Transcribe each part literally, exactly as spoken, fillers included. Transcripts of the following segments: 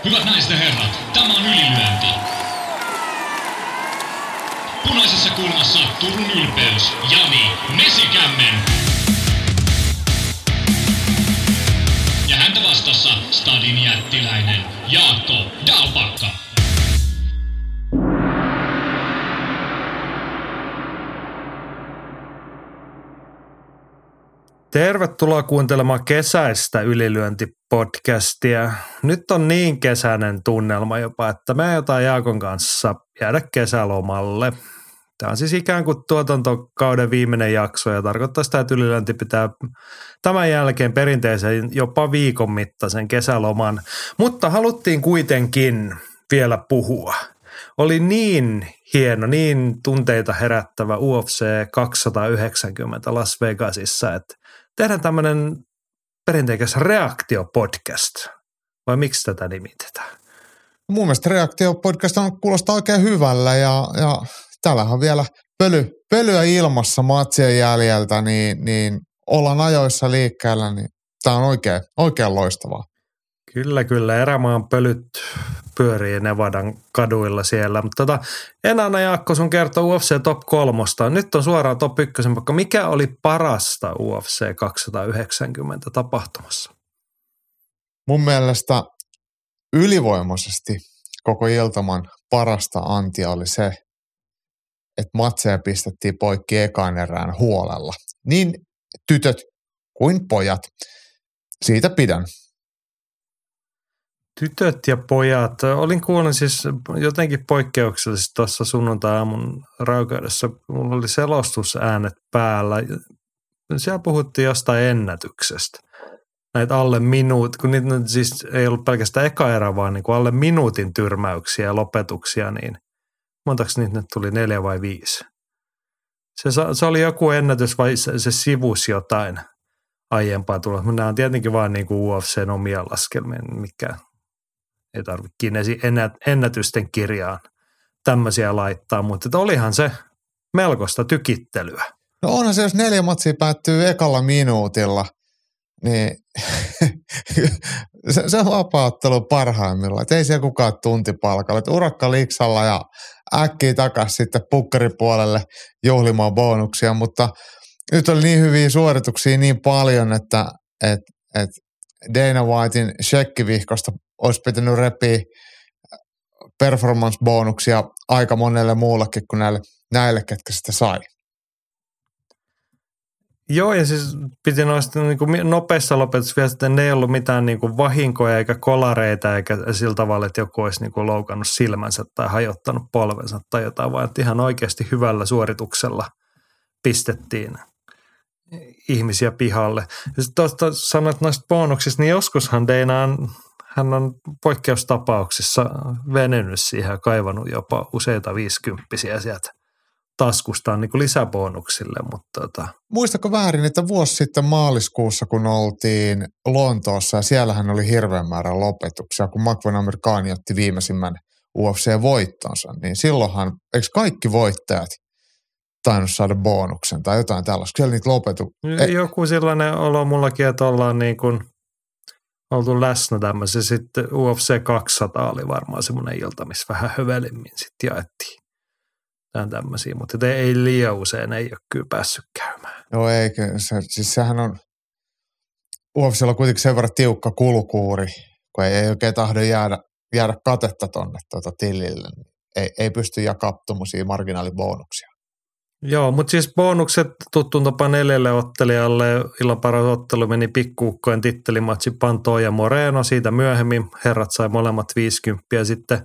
Hyvät naiset ja herrat, tämä on Ylilyönti. Punaisessa kulmassa Turun ylpeys, Jani Mesikämmen. Ja häntä vastassa Stadin jättiläinen Jaakko Dalpakka. Tervetuloa kuuntelemaan kesäistä Ylilyönti-podcastia. Nyt on niin kesäinen tunnelma jopa, että me aiotaan Jaakon kanssa jäädä kesälomalle. Tämä on siis ikään kuin tuotantokauden viimeinen jakso ja tarkoittaa sitä, että Ylilyönti pitää tämän jälkeen perinteisen jopa viikon mittaisen kesäloman. Mutta haluttiin kuitenkin vielä puhua. Oli niin hieno, niin tunteita herättävä U F C kaksisataayhdeksänkymmentä Las Vegasissa, että tehdään tämmöinen perinteikäs reaktiopodcast, vai miksi tätä nimitetään? Mun mielestä reaktiopodcast on, kuulostaa oikein hyvällä ja, ja täällähän on vielä pöly, pölyä ilmassa matsien jäljeltä, niin, niin ollaan ajoissa liikkeellä, niin tää on oikein, oikein loistavaa. Kyllä, kyllä. Erämaan pölyt pyörii Nevadan kaduilla siellä. Mutta tota, en anna Jaakko sun kertoa U F C Top kolmosta. Nyt on suoraan Top ykkösen, vaikka mikä oli parasta U F C kaksisataayhdeksänkymmentä tapahtumassa? Mun mielestä ylivoimaisesti koko iltaman parasta antia oli se, että matseja pistettiin poikki ekaan erään huolella. Niin tytöt kuin pojat. Siitä pidän. Tytöt ja pojat. Olin kuullut siis jotenkin poikkeuksellisesti tuossa sunnuntai-aamun raukeudessa. Mulla oli selostusäänet päällä. Siellä puhuttiin jostain ennätyksestä. Näitä alle minuutin, kun niitä siis ei ollut pelkästään eka erä, vaan niin kuin alle minuutin tyrmäyksiä ja lopetuksia, niin montaks niitä nyt tuli, neljä vai viisi? Se, se oli joku ennätys vai se, se sivusi jotain aiempaa tuloa. Nämä on tietenkin vaan niin kuin U F C:n omia laskelmia, mikä ei tarvitse Guinnessin ennätysten kirjaan tämmöisiä laittaa, mutta olihan se melkoista tykittelyä. No onhan se, jos neljä matsia päättyy ekalla minuutilla, niin se, se on vapauttelu parhaimmillaan. Että ei siellä kukaan tuntipalkalla. Että urakka liksalla ja äkkiä takaisin sitten pukkaripuolelle juhlimaan bonuksia, mutta nyt oli niin hyviä suorituksia niin paljon, että et, et Dana Whitein shekkivihkosta olisi pitänyt repiä performance-bonuksia aika monelle muullekin kuin näille, näille ketkä sitä sai. Joo, ja siis piti noista niin kuin nopeassa lopetuksessa vielä, että ne ei ollut mitään niin kuin vahinkoja eikä kolareita eikä sillä tavalla, että joku olisi niin kuin loukannut silmänsä tai hajottanut polvensa tai jotain, vaan että ihan oikeasti hyvällä suorituksella pistettiin ihmisiä pihalle. Ja sitten tuosta sanoit noista bonuksista, niin joskushan Dana on, hän on poikkeustapauksissa venynyt siihen ja kaivannut jopa useita viisikymppisiä sieltä taskustaan niin kuin lisäbonuksille. Mutta tota. Muistako väärin, että vuosi sitten maaliskuussa, kun oltiin Lontoossa ja siellähän oli hirveän määrä lopetuksia, kun Makwan Amirkhani otti viimeisimmän U F C-voittonsa, niin silloinhan, eikö kaikki voittajat tainnut saada bonuksen tai jotain tällaista? Siellä niitä lopetu. Joku sellainen olo mullakin, että ollaan niin kuin oltu läsnä tämmöisessä. Sitten U F C kaksisataa oli varmaan semmoinen ilta, missä vähän hövelimmin sitten jaettiin tämän tämmöisiä, mutta ei liian usein, ei ole kyllä päässyt käymään. Joo, eikö. Se, siis sehän on, U F C:llä on kuitenkin sen verran tiukka kulukuuri, kun ei, ei oikein tahdo jäädä, jäädä katetta tonne tuota tilille. Ei, ei pysty jakamaan tuommoisia marginaalibonuksia. Joo, mutta siis bonukset tuttuun tapaan neljälle ottelijalle. Illan paras ottelu meni pikkuukkojen tittelimatsi Pantoja ja Moreno. Siitä myöhemmin herrat sai molemmat viisikymmentä. Ja sitten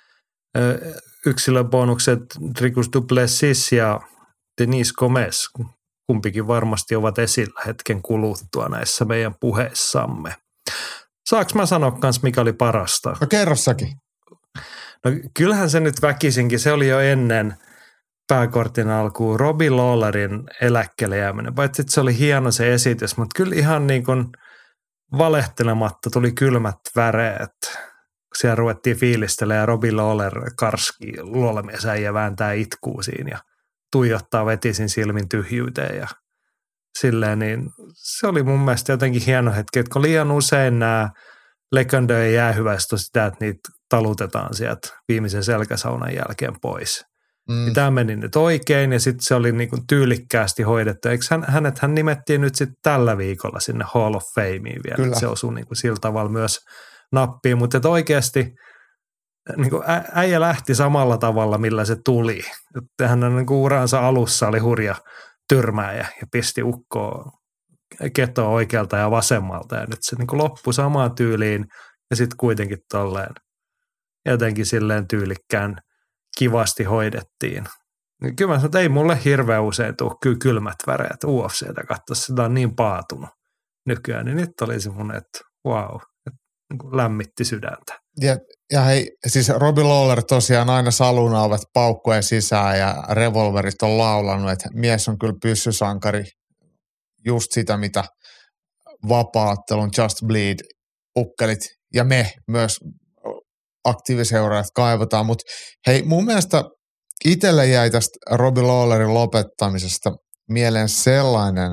yksilöbonukset Dricus du Plessis ja Denise Gomez. Kumpikin varmasti ovat esillä hetken kuluttua näissä meidän puheissamme. Saanko mä sanoa kans, mikä oli parasta? No kerro säkin. No kyllähän se nyt väkisinkin, se oli jo ennen pääkortin alkuun Robbie Lawlerin eläkkeelle jääminen. Paitsi että se oli hieno se esitys, mutta kyllä ihan niin kuin valehtelematta tuli kylmät väreet. Siellä ruvettiin fiilistelemään ja Robbie Lawler karski luolamiesä vääntää itkuu siinä ja tuijottaa vetisin silmin tyhjyyteen ja silleen, niin se oli mun mielestä jotenkin hieno hetki, että kun liian usein nämä Legendary jäähyväistä sitä, että niitä talutetaan sieltä viimeisen selkäsaunan jälkeen pois. Mm. Tämä meni nyt oikein ja sitten se oli niin kuin tyylikkäästi hoidettu. Eikö hän, hänet hän nimettiin nyt sitten tällä viikolla sinne Hall of Fameen vielä. Kyllä. Se osui niin kuin sillä tavalla myös nappiin, mutta että oikeasti niin kuin ä, äijä lähti samalla tavalla, millä se tuli. Että hän niin kuin uransa alussa oli hurja tyrmääjä ja pisti ukkoa ketoa oikealta ja vasemmalta ja nyt se niin kuin loppui samaan tyyliin ja sitten kuitenkin tolleen jotenkin silleen tyylikkään kivasti hoidettiin. Kyllä mä sanon, että ei mulle hirveän usein tule kyllä kylmät väreet U F C:tä katsoa, sitä on niin paatunut nykyään, niin nyt oli semmoinen, että vau, että niin lämmitti sydäntä. Ja, ja hei, siis Robbie Lawler tosiaan aina salunauvat paukkujen sisään ja revolverit on laulanut, että mies on kyllä pyssysankari, just sitä, mitä vapaa-ottelun Just Bleed ukkelit ja me myös aktiiviseuraajat kaivataan, mutta hei, mun mielestä itselle jäi tästä Robbie Lawlerin lopettamisesta mieleen sellainen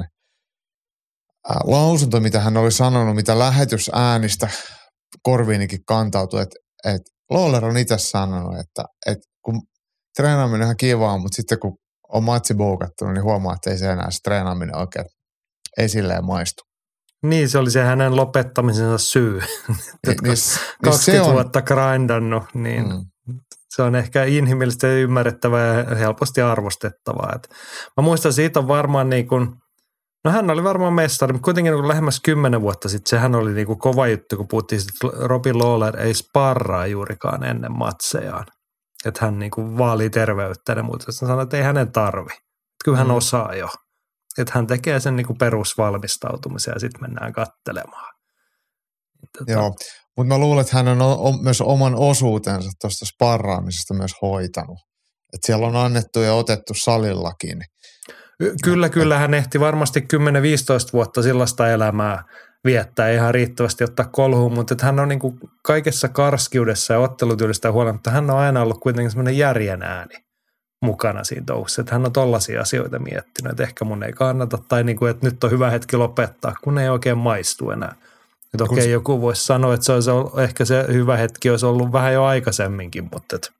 ää, lausunto, mitä hän oli sanonut, mitä lähetysäänistä korviinikin kantautui, että et Lawler on itse sanonut, että et kun treenaaminen on ihan kivaa, mutta sitten kun on matsi buukattunut, niin huomaa, että ei se enää se treenaaminen oikein, ei silleen maistu. Niin, se oli se hänen lopettamisensa syy. Niin, niin, kaksikymmentä on vuotta grindannut, niin mm. se on ehkä inhimillisesti ymmärrettävää ja helposti arvostettavaa. Et mä muistan, siitä on varmaan niin kuin, no hän oli varmaan mestari, mutta kuitenkin niin lähemmäs kymmenen vuotta sitten sehän oli niin kuin kova juttu, kun puhuttiin, että Robbie Lawler ei sparraa juurikaan ennen matsejaan. Että hän niin kuin vaalii terveyttä ja muuta. Hän sanoi, että ei hänen tarvi. Kyllä hän mm. osaa jo. Että hän tekee sen niin kuin perusvalmistautumisen ja sitten mennään katselemaan. Tota. Joo, mutta mä luulen, että hän on, on myös oman osuutensa tuosta sparraamisesta myös hoitanut. Että siellä on annettu ja otettu salillakin. Kyllä, kyllä. Hän ehti varmasti kymmenen viisitoista vuotta sellaista elämää viettää ihan riittävästi ottaa kolhuun, mutta että hän on niin kuin kaikessa karskiudessa ja ottelutyylistä huolimatta, hän on aina ollut kuitenkin semmoinen järjen ääni mukana siinä touhussa, että hän on tollaisia asioita miettinyt, että ehkä mun ei kannata, tai niin kuin, että nyt on hyvä hetki lopettaa, kun ei oikein maistu enää. Että okei, okay, joku voisi sanoa, että se olisi ollut, ehkä se hyvä hetki olisi ollut vähän jo aikaisemminkin, mutta että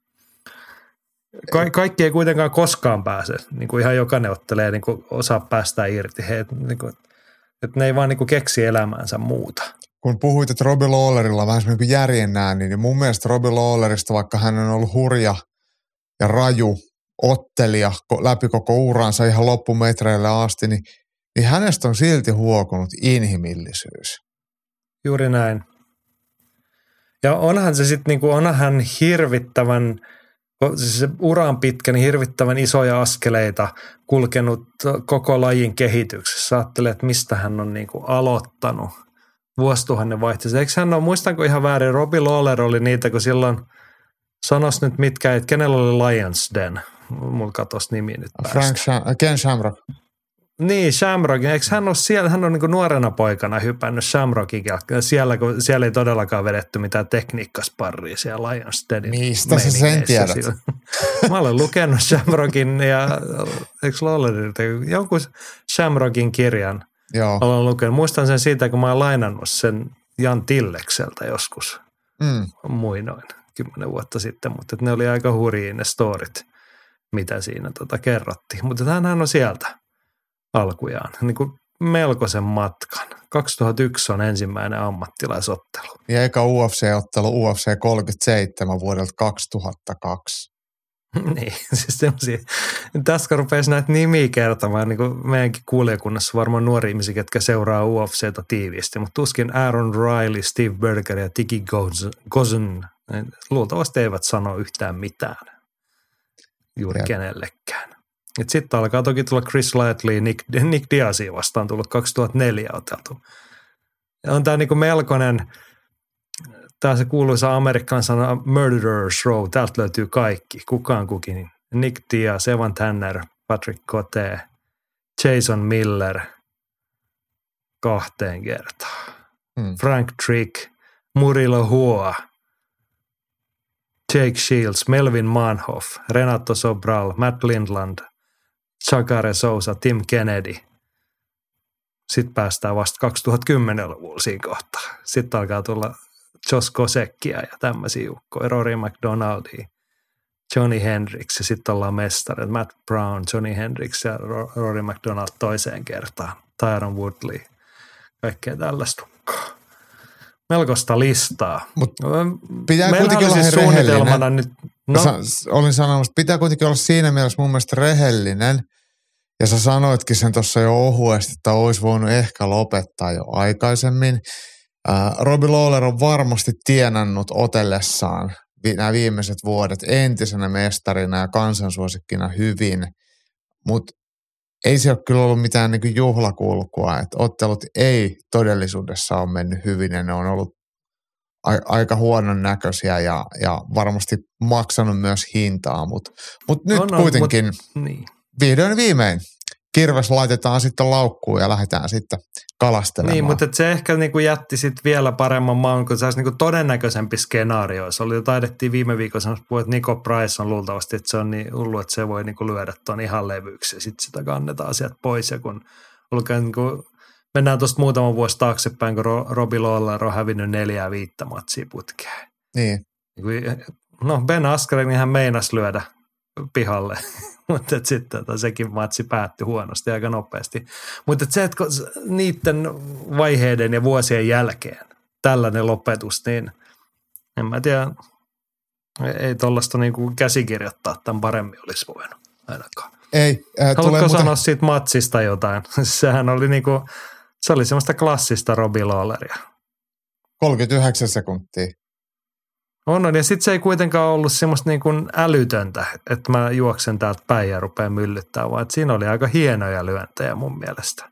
ka- kaikki ei kuitenkaan koskaan pääse, niin kuin ihan jokainen ottelee, niin kuin osaa päästä irti, he, niin kuin, että ne ei vaan niin kuin keksi elämäänsä muuta. Kun puhuit, että Robbie Lawlerilla on vähän semmoinen järjen ääni, niin mun mielestä Robbie Lawlerista, vaikka hän on ollut hurja ja raju ottelija läpi koko uransa ihan loppumetreille asti, niin, niin hänestä on silti huokunut inhimillisyys. Juuri näin. Ja onhan se sitten, niinku, onhan hän hirvittävän, siis se uran pitkä, niin hirvittävän isoja askeleita kulkenut koko lajin kehityksessä. Ajattelee, että mistä hän on niinku aloittanut vuosituhannen vaihteessa. Eikö hän ole, muistanko ihan väärin, Robbie Lawler oli niitä, kun silloin sanos nyt mitkä, että kenellä oli Lions Den? Mulla katos nimi nyt päästä. Frank Sham- Ken Shamrock. Niin, Shamrock. Eikö hän ole siellä, hän on niin kuin nuorena poikana hypännyt Shamrockin siellä, kun siellä ei todellakaan vedetty mitään tekniikkasparria siellä Lions Denin. Mistä sä sen tiedät? Mä olen lukenut Shamrockin ja eikö Lawlerilta jonkun Shamrockin kirjan. Joo. Olen lukenut. Muistan sen siitä, kun mä oon lainannut sen Jan Tillekseltä joskus mm. muinoin kymmenen vuotta sitten, mutta ne oli aika hurjia ne storit, mitä siinä tota kerrottiin. Mutta hänhän on sieltä alkujaan, niin kuin melkoisen matkan. kaksituhattayksi on ensimmäinen ammattilaisottelu. Ja eka U F C-ottelu U F C kolmekymmentäseitsemän vuodelta kaksituhattakaksi. Niin, siis semmoisia. Tässä kun rupesi näitä nimiä kertomaan, niin kuin meidänkin kuulijakunnassa varmaan nuori ihmisiä, ketkä seuraa U F C:tä tiiviisti, mutta tuskin Aaron Riley, Steve Berger ja Tiki Gozin luultavasti eivät sano yhtään mitään juuri ja kenellekään. Sitten alkaa toki tulla Chris Lightley, Nick, Nick Diazia vastaan tullut kaksituhattaneljä oteltu. Ja on tämä niinku melkoinen, tämä se kuuluisa amerikkalainen sana Murderers Row, täältä löytyy kaikki, kukaan kukin. Nick Diaz, Evan Tanner, Patrick Cote, Jason Miller kahteen kertaan. Hmm. Frank Trick, Murilo Hua, Jake Shields, Melvin Manhoff, Renato Sobral, Matt Lindland, Jacare Sousa, Tim Kennedy. Sitten päästään vasta kaksituhattakymmenluvulla siinä kohtaa. Sitten alkaa tulla Josh Kosekkia ja tämmöisiä ukkoja, Rory McDonaldia, Johnny Hendricks ja sitten ollaan mestarit, Matt Brown, Johnny Hendricks ja Rory McDonald toiseen kertaan, Tyron Woodley, kaikkea tällaista ukkoa. Melkoista listaa. Mut pitää kuitenkin olla siis suunnitelmana nyt. No. Sa- olin sanomassa, pitää kuitenkin olla siinä mielessä mun mielestä rehellinen. Ja sä sanoitkin sen tuossa jo ohuesti, että olisi voinut ehkä lopettaa jo aikaisemmin. Ää, Robbie Lawler on varmasti tienannut otellessaan vi- nämä viimeiset vuodet entisenä mestarina ja kansansuosikkina hyvin. Mutta ei se ole kyllä ollut mitään niin kuin juhlakulkua, että ottelut ei todellisuudessa ole mennyt hyvin ja ne on ollut a- aika huonon näköisiä ja, ja varmasti maksanut myös hintaa, mutta mut nyt no, no, kuitenkin mut, niin. vihdoin viimein kirves laitetaan sitten laukkuun ja lähdetään sitten kalastelemaan. Niin, mutta se ehkä niinku jätti sitten vielä paremman maun, kun se olisi niinku todennäköisempi skenaario. Se oli jo taidettiin viime viikolla sanoa, että Nico Price on luultavasti, että se on niin hullu, että se voi niinku lyödä tuon ihan levyksi ja sitten sitä kannetaan sieltä pois. Ja kun niinku, mennään tuosta muutaman vuosi taaksepäin, kun Robbie Lawler on hävinnyt neljää viittä matsia putkeen. Niin. No Ben Askren ihan meinasi lyödä pihalle, mutta sitten sekin matsi päättyi huonosti aika nopeasti. Mutta se, että niiden vaiheiden ja vuosien jälkeen tällainen lopetus, niin en mä tiedä, ei tuollaista niinku käsikirjoittaa tämän paremmin olisi voinut ainakaan. Ei. Äh, Haluatko tulee sanoa muuten siitä matsista jotain? Sehän oli niinku, se oli semmoista klassista Robbie Lawleria. kolmekymmentäyhdeksän sekuntia. On, on. Ja sitten se ei kuitenkaan ollut semmoista niin kuin älytöntä, että mä juoksen täältä päin ja rupean myllyttää, vaan että siinä oli aika hienoja lyöntejä mun mielestä.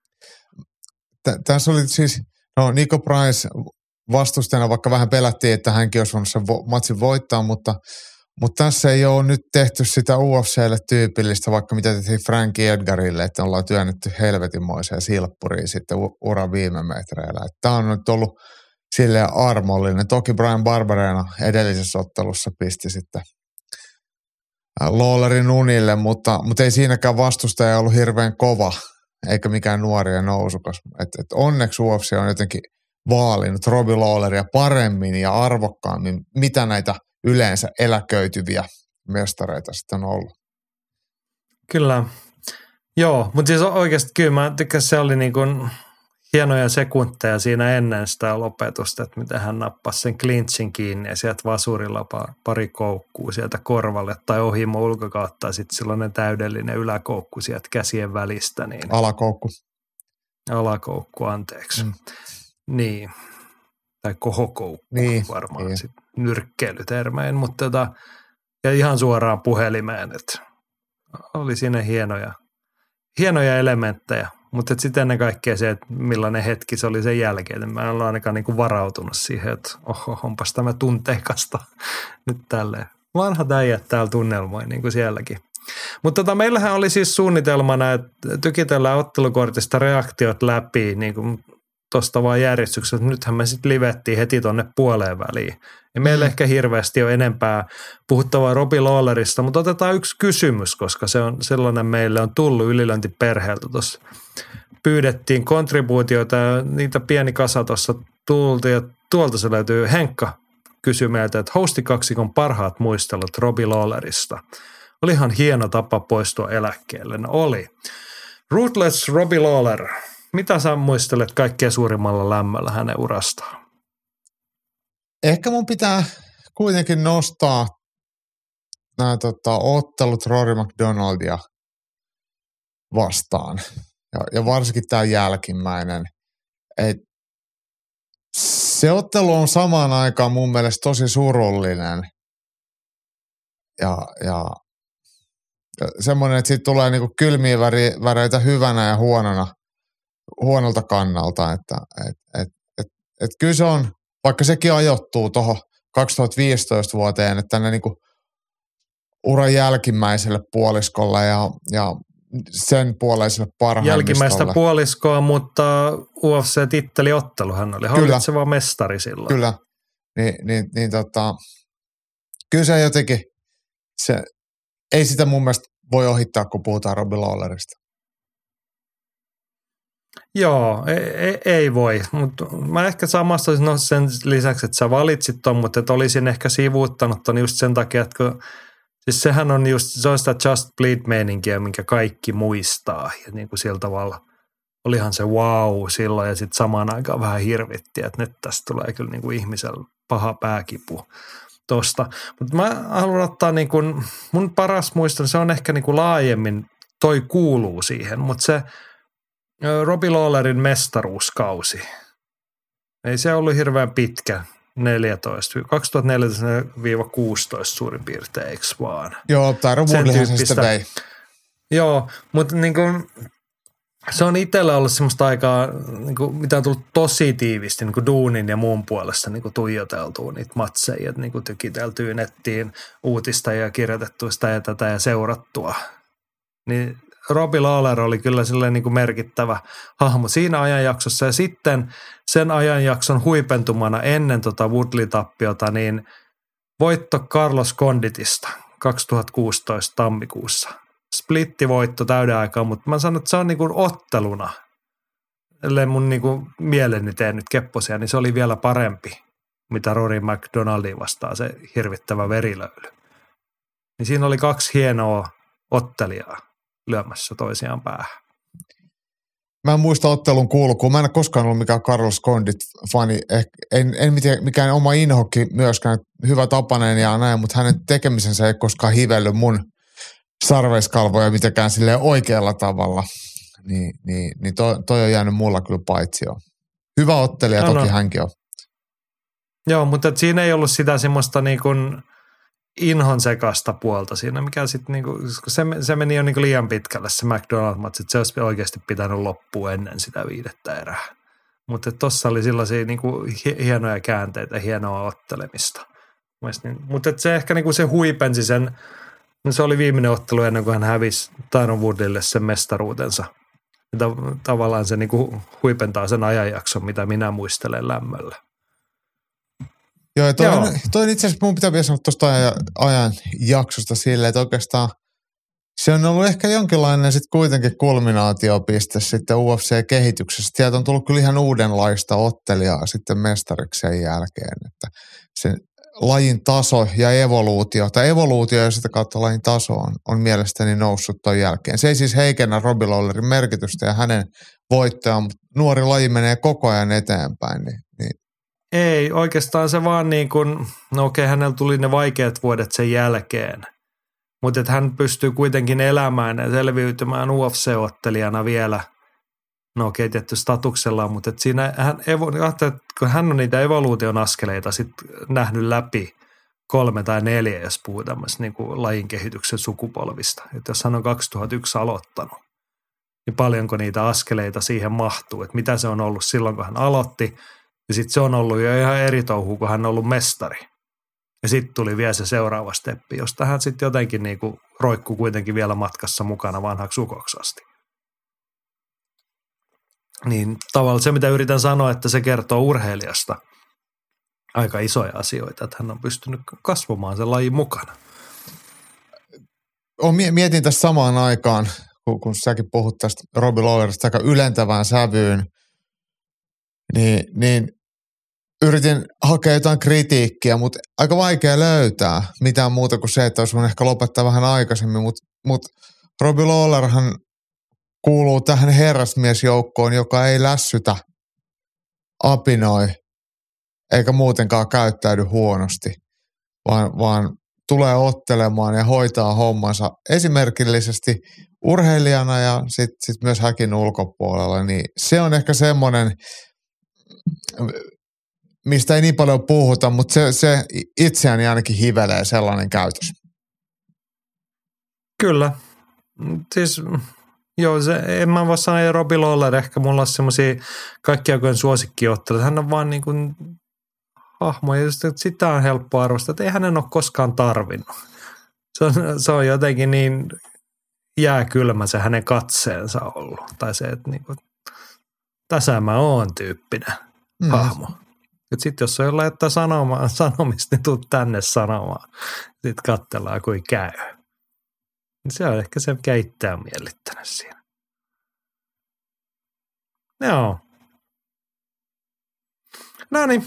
T- tässä oli siis, no Nico Price vastustajana, vaikka vähän pelättiin, että hänkin olisi voinut sen vo- matsin voittaa, mutta, mutta tässä ei ole nyt tehty sitä U F C:lle tyypillistä, vaikka mitä tehtiin Frankie Edgarille, että ollaan työnnetty helvetinmoiseen silppuriin sitten u- uran viime metreillä. Tämä on nyt ollut silleen armollinen. Toki Brian Barberena edellisessä ottelussa pisti sitten Lawlerin unille, mutta, mutta ei siinäkään vastustaja ollut hirveän kova, eikä mikään nuori ja nousukas. Et, et onneksi U F C on jotenkin vaalinut Robbie Lawleria paremmin ja arvokkaammin, mitä näitä yleensä eläköityviä mestareita sitten on ollut. Kyllä. Joo, mutta siis oikeasti kyllä mä tykkäsin, se oli niin kuin hienoja sekunteja siinä ennen sitä lopetusta, että miten hän nappasi sen clinchin kiinni ja sieltä vasurilla pari koukkuu sieltä korvalle tai ohimo ulkokautta ja sitten sellainen täydellinen yläkoukku sieltä käsien välistä. Niin Alakoukku. Alakoukku, anteeksi. Mm. Niin. Tai kohokoukku niin, varmaan niin. Sitten nyrkkeilytermein, mutta tota, ja ihan suoraan puhelimeen, että oli siinä hienoja, hienoja elementtejä. Mutta sitten ennen kaikkea se, että millainen hetki se oli sen jälkeen. Mä en ole ainakaan niinku varautunut siihen, että oho, onpas tämä tunteikasta nyt tälleen. Vanhat äijät täällä tunnelmoi niin kuin sielläkin. Mutta tota, meillähän oli siis suunnitelmana, että tykitellään ottelukortista reaktiot läpi niin kuin tuosta vaan järjestyksessä. Nythän me sitten livettiin heti tonne puoleen väliin. Ja meillä mm. ehkä hirveästi on enempää puhuttavaa Robbie Lawlerista, mutta otetaan yksi kysymys, koska se on sellainen meille on tullut ylilöintiperheeltä tuossa. Pyydettiin kontribuutioita ja niitä pieni kasa tuossa tultiin ja tuolta se löytyy. Henkka kysyi meiltä, että hostikaksikon parhaat muistelut Robbie Lawlerista. Olihan hieno tapa poistua eläkkeelle. No oli. Ruthless Robbie Lawler. Mitä sä muistelet kaikkein suurimmalla lämmöllä hänen urastaan? Ehkä mun pitää kuitenkin nostaa nämä tota, ottelut Rory McDonaldia vastaan. Ja, ja varsinkin tämä jälkimmäinen. Et se ottelu on samaan aikaan mun mielestä tosi surullinen. Ja, ja, ja semmoinen, että siitä tulee niinku kylmiä väri, väreitä hyvänä ja huonona, huonolta kannalta. Että et, et, et, et kyllä se on, vaikka sekin ajoittuu tuohon kaksituhattaviisitoista vuoteen, että tänne niinku uran jälkimmäiselle puoliskolle ja, ja sen puoleiselle parhaimmistolle. Jälkimmäistä puoliskoa, mutta U F C-titteliottelu hän oli. Hallitseva mestari silloin. Kyllä. Ni, niin, niin tota, kyllä se jotenkin, se, ei sitä mun mielestä voi ohittaa, kun puhutaan Robbie Lawlerista. Joo, ei, ei voi, mutta mä ehkä samassa no sen lisäksi, että sä valitsit ton, mutta että olisin ehkä sivuuttanut ton just sen takia, että kun, siis sehän on just, se on sitä Just Bleed-meininkiä, minkä kaikki muistaa ja niin kuin sillä tavalla olihan se wow silloin ja sitten samaan aikaan vähän hirvitti, että nyt tästä tulee kyllä niin kuin ihmisellä paha pääkipu tosta. Mutta mä haluan ottaa niin kuin, mun paras muisto, se on ehkä niin kuin laajemmin, toi kuuluu siihen, mutta se Robbie Lawlerin mestaruuskausi. Ei se ollut hirveän pitkä, neljätoista, kaksituhattaneljätoista kuusitoista suurin piirtein, eikö vaan? Joo, Tyron Woodleyhän se sitten vei. Joo, mutta niin kuin, se on itsellä ollut semmoista aikaa, niin kuin, mitä on tullut tosi tiivisti niin kuin duunin ja muun puolesta niin kuin tuijoteltua niitä matseja, niin kuin tykiteltyä nettiin uutista ja kirjoitettua sitä ja tätä ja seurattua. Niin Robbie Lawler oli kyllä silleen niin kuin merkittävä hahmo siinä ajanjaksossa ja sitten sen ajanjakson huipentumana ennen tota Woodley-tappiota niin voitto Carlos Conditista kaksituhattakuusitoista tammikuussa. Splittivoitto täyden aikaa, mutta mä sanon, että se on niin kuin otteluna, ellei mun niin kuin mieleni tee nyt kepposia, niin se oli vielä parempi, mitä Rory McDonaldin vastaan se hirvittävä verilöyly. Niin siinä oli kaksi hienoa ottelijaa lyömässä toisiaan päähän. Mä en muista ottelun kulkuun. Mä en ole koskaan ollut mikään Carlos Condit-fani. En, en mikään oma inhokki myöskään, hyvä tapainen ja näin, mutta hänen tekemisensä ei koskaan hivellyt mun sarveiskalvoja mitenkään silleen oikealla tavalla. Niin, niin, niin toi, toi on jäänyt mulla kyllä paitsioon. Hyvä ottelija no, toki no. hänkin on. Joo, mutta siinä ei ollut sitä semmoista niin kuin inhon sekasta puolta siinä, mikä sitten niinku, se, se meni jo niinku liian pitkälle se McDonald-matsi, että se olisi oikeasti pitänyt loppua ennen sitä viidettä erää. Mutta tuossa oli sellaisia niinku hienoja käänteitä, hienoa ottelemista. Niin, mutta se ehkä niinku se huipensi sen, no se oli viimeinen ottelu ennen kuin hän hävisi Tyron Woodleylle sen mestaruutensa. Ja tavallaan se niinku huipentaa sen ajanjakson, mitä minä muistelen lämmöllä. Joo, ja toi, Joo. On, toi on itse asiassa, mun pitää vielä sanoa tuosta ajan, ajan jaksosta silleen, että oikeastaan se on ollut ehkä jonkinlainen sitten kuitenkin kulminaatiopiste sitten U F C-kehityksessä. Sieltä on tullut kyllä ihan uudenlaista ottelijaa sitten mestariksi sen jälkeen, että se lajin taso ja evoluutio, tai evoluutio ja sitä kautta lajin taso on, on mielestäni noussut ton jälkeen. Se ei siis heikennä Robbie Lawlerin merkitystä ja hänen voittojaan, mutta nuori laji menee koko ajan eteenpäin, niin, niin ei, oikeastaan se vaan niin kuin, no okei, hänellä tuli ne vaikeat vuodet sen jälkeen, mutta että hän pystyy kuitenkin elämään ja selviytymään U F C-ottelijana vielä, no okei, tietty statuksellaan, mutta että siinä hän, että kun hän on niitä evoluution askeleita sitten nähnyt läpi kolme tai neljä, jos puhuu tämmöistä niin kuin lajin kehityksen sukupolvista, että jos hän on kaksituhattayksi aloittanut, niin paljonko niitä askeleita siihen mahtuu, että mitä se on ollut silloin, kun hän aloitti. Ja sitten se on ollut jo ihan eri touhu, kun hän on ollut mestari. Ja sitten tuli vielä se seuraava steppi, josta hän sitten jotenkin niinku roikkuu kuitenkin vielä matkassa mukana vanhaksi ukoksi asti. Niin tavallaan se, mitä yritän sanoa, että se kertoo urheilijasta aika isoja asioita, että hän on pystynyt kasvamaan sen lajin mukana. Mietin tässä samaan aikaan, kun, kun säkin puhut tästä Robbie Lawlerista aika ylentävään sävyyn, niin, niin yritin hakea jotain kritiikkiä, mutta aika vaikea löytää mitään muuta kuin se, että olisi voinut ehkä lopettaa vähän aikaisemmin, mutta mut Robbie Lawlerhan kuuluu tähän herrasmiesjoukkoon, joka ei lässytä, apinoi, eikä muutenkaan käyttäydy huonosti, vaan, vaan tulee ottelemaan ja hoitaa hommansa esimerkillisesti urheilijana ja sitten sit myös häkin ulkopuolella, niin se on ehkä semmoinen, mistä ei niin paljon puhuta, mutta se, se itseäni ainakin hivelee sellainen käytös. Kyllä. Siis joo, se, en mä voi sanoa, että Robbie Lawler ehkä mulla on semmoisia kaikki aikojen suosikkiotteluita. Hän on vaan niin kuin hahmo ja just, että sitä on helppo arvostaa, että ei hänen ole koskaan tarvinnut. Se on, se on jotenkin niin jääkylmä se hänen katseensa ollut. Tai se, että niin kuin, tässä mä oon tyyppinen mm. hahmo. Sitten jos on jollain jättää sanomaan, sanomista, niin tuu tänne sanomaan. Sitten katsellaan, kuin käy. Se on ehkä se, mikä itseä on miellyttänyt siinä. Joo. No niin.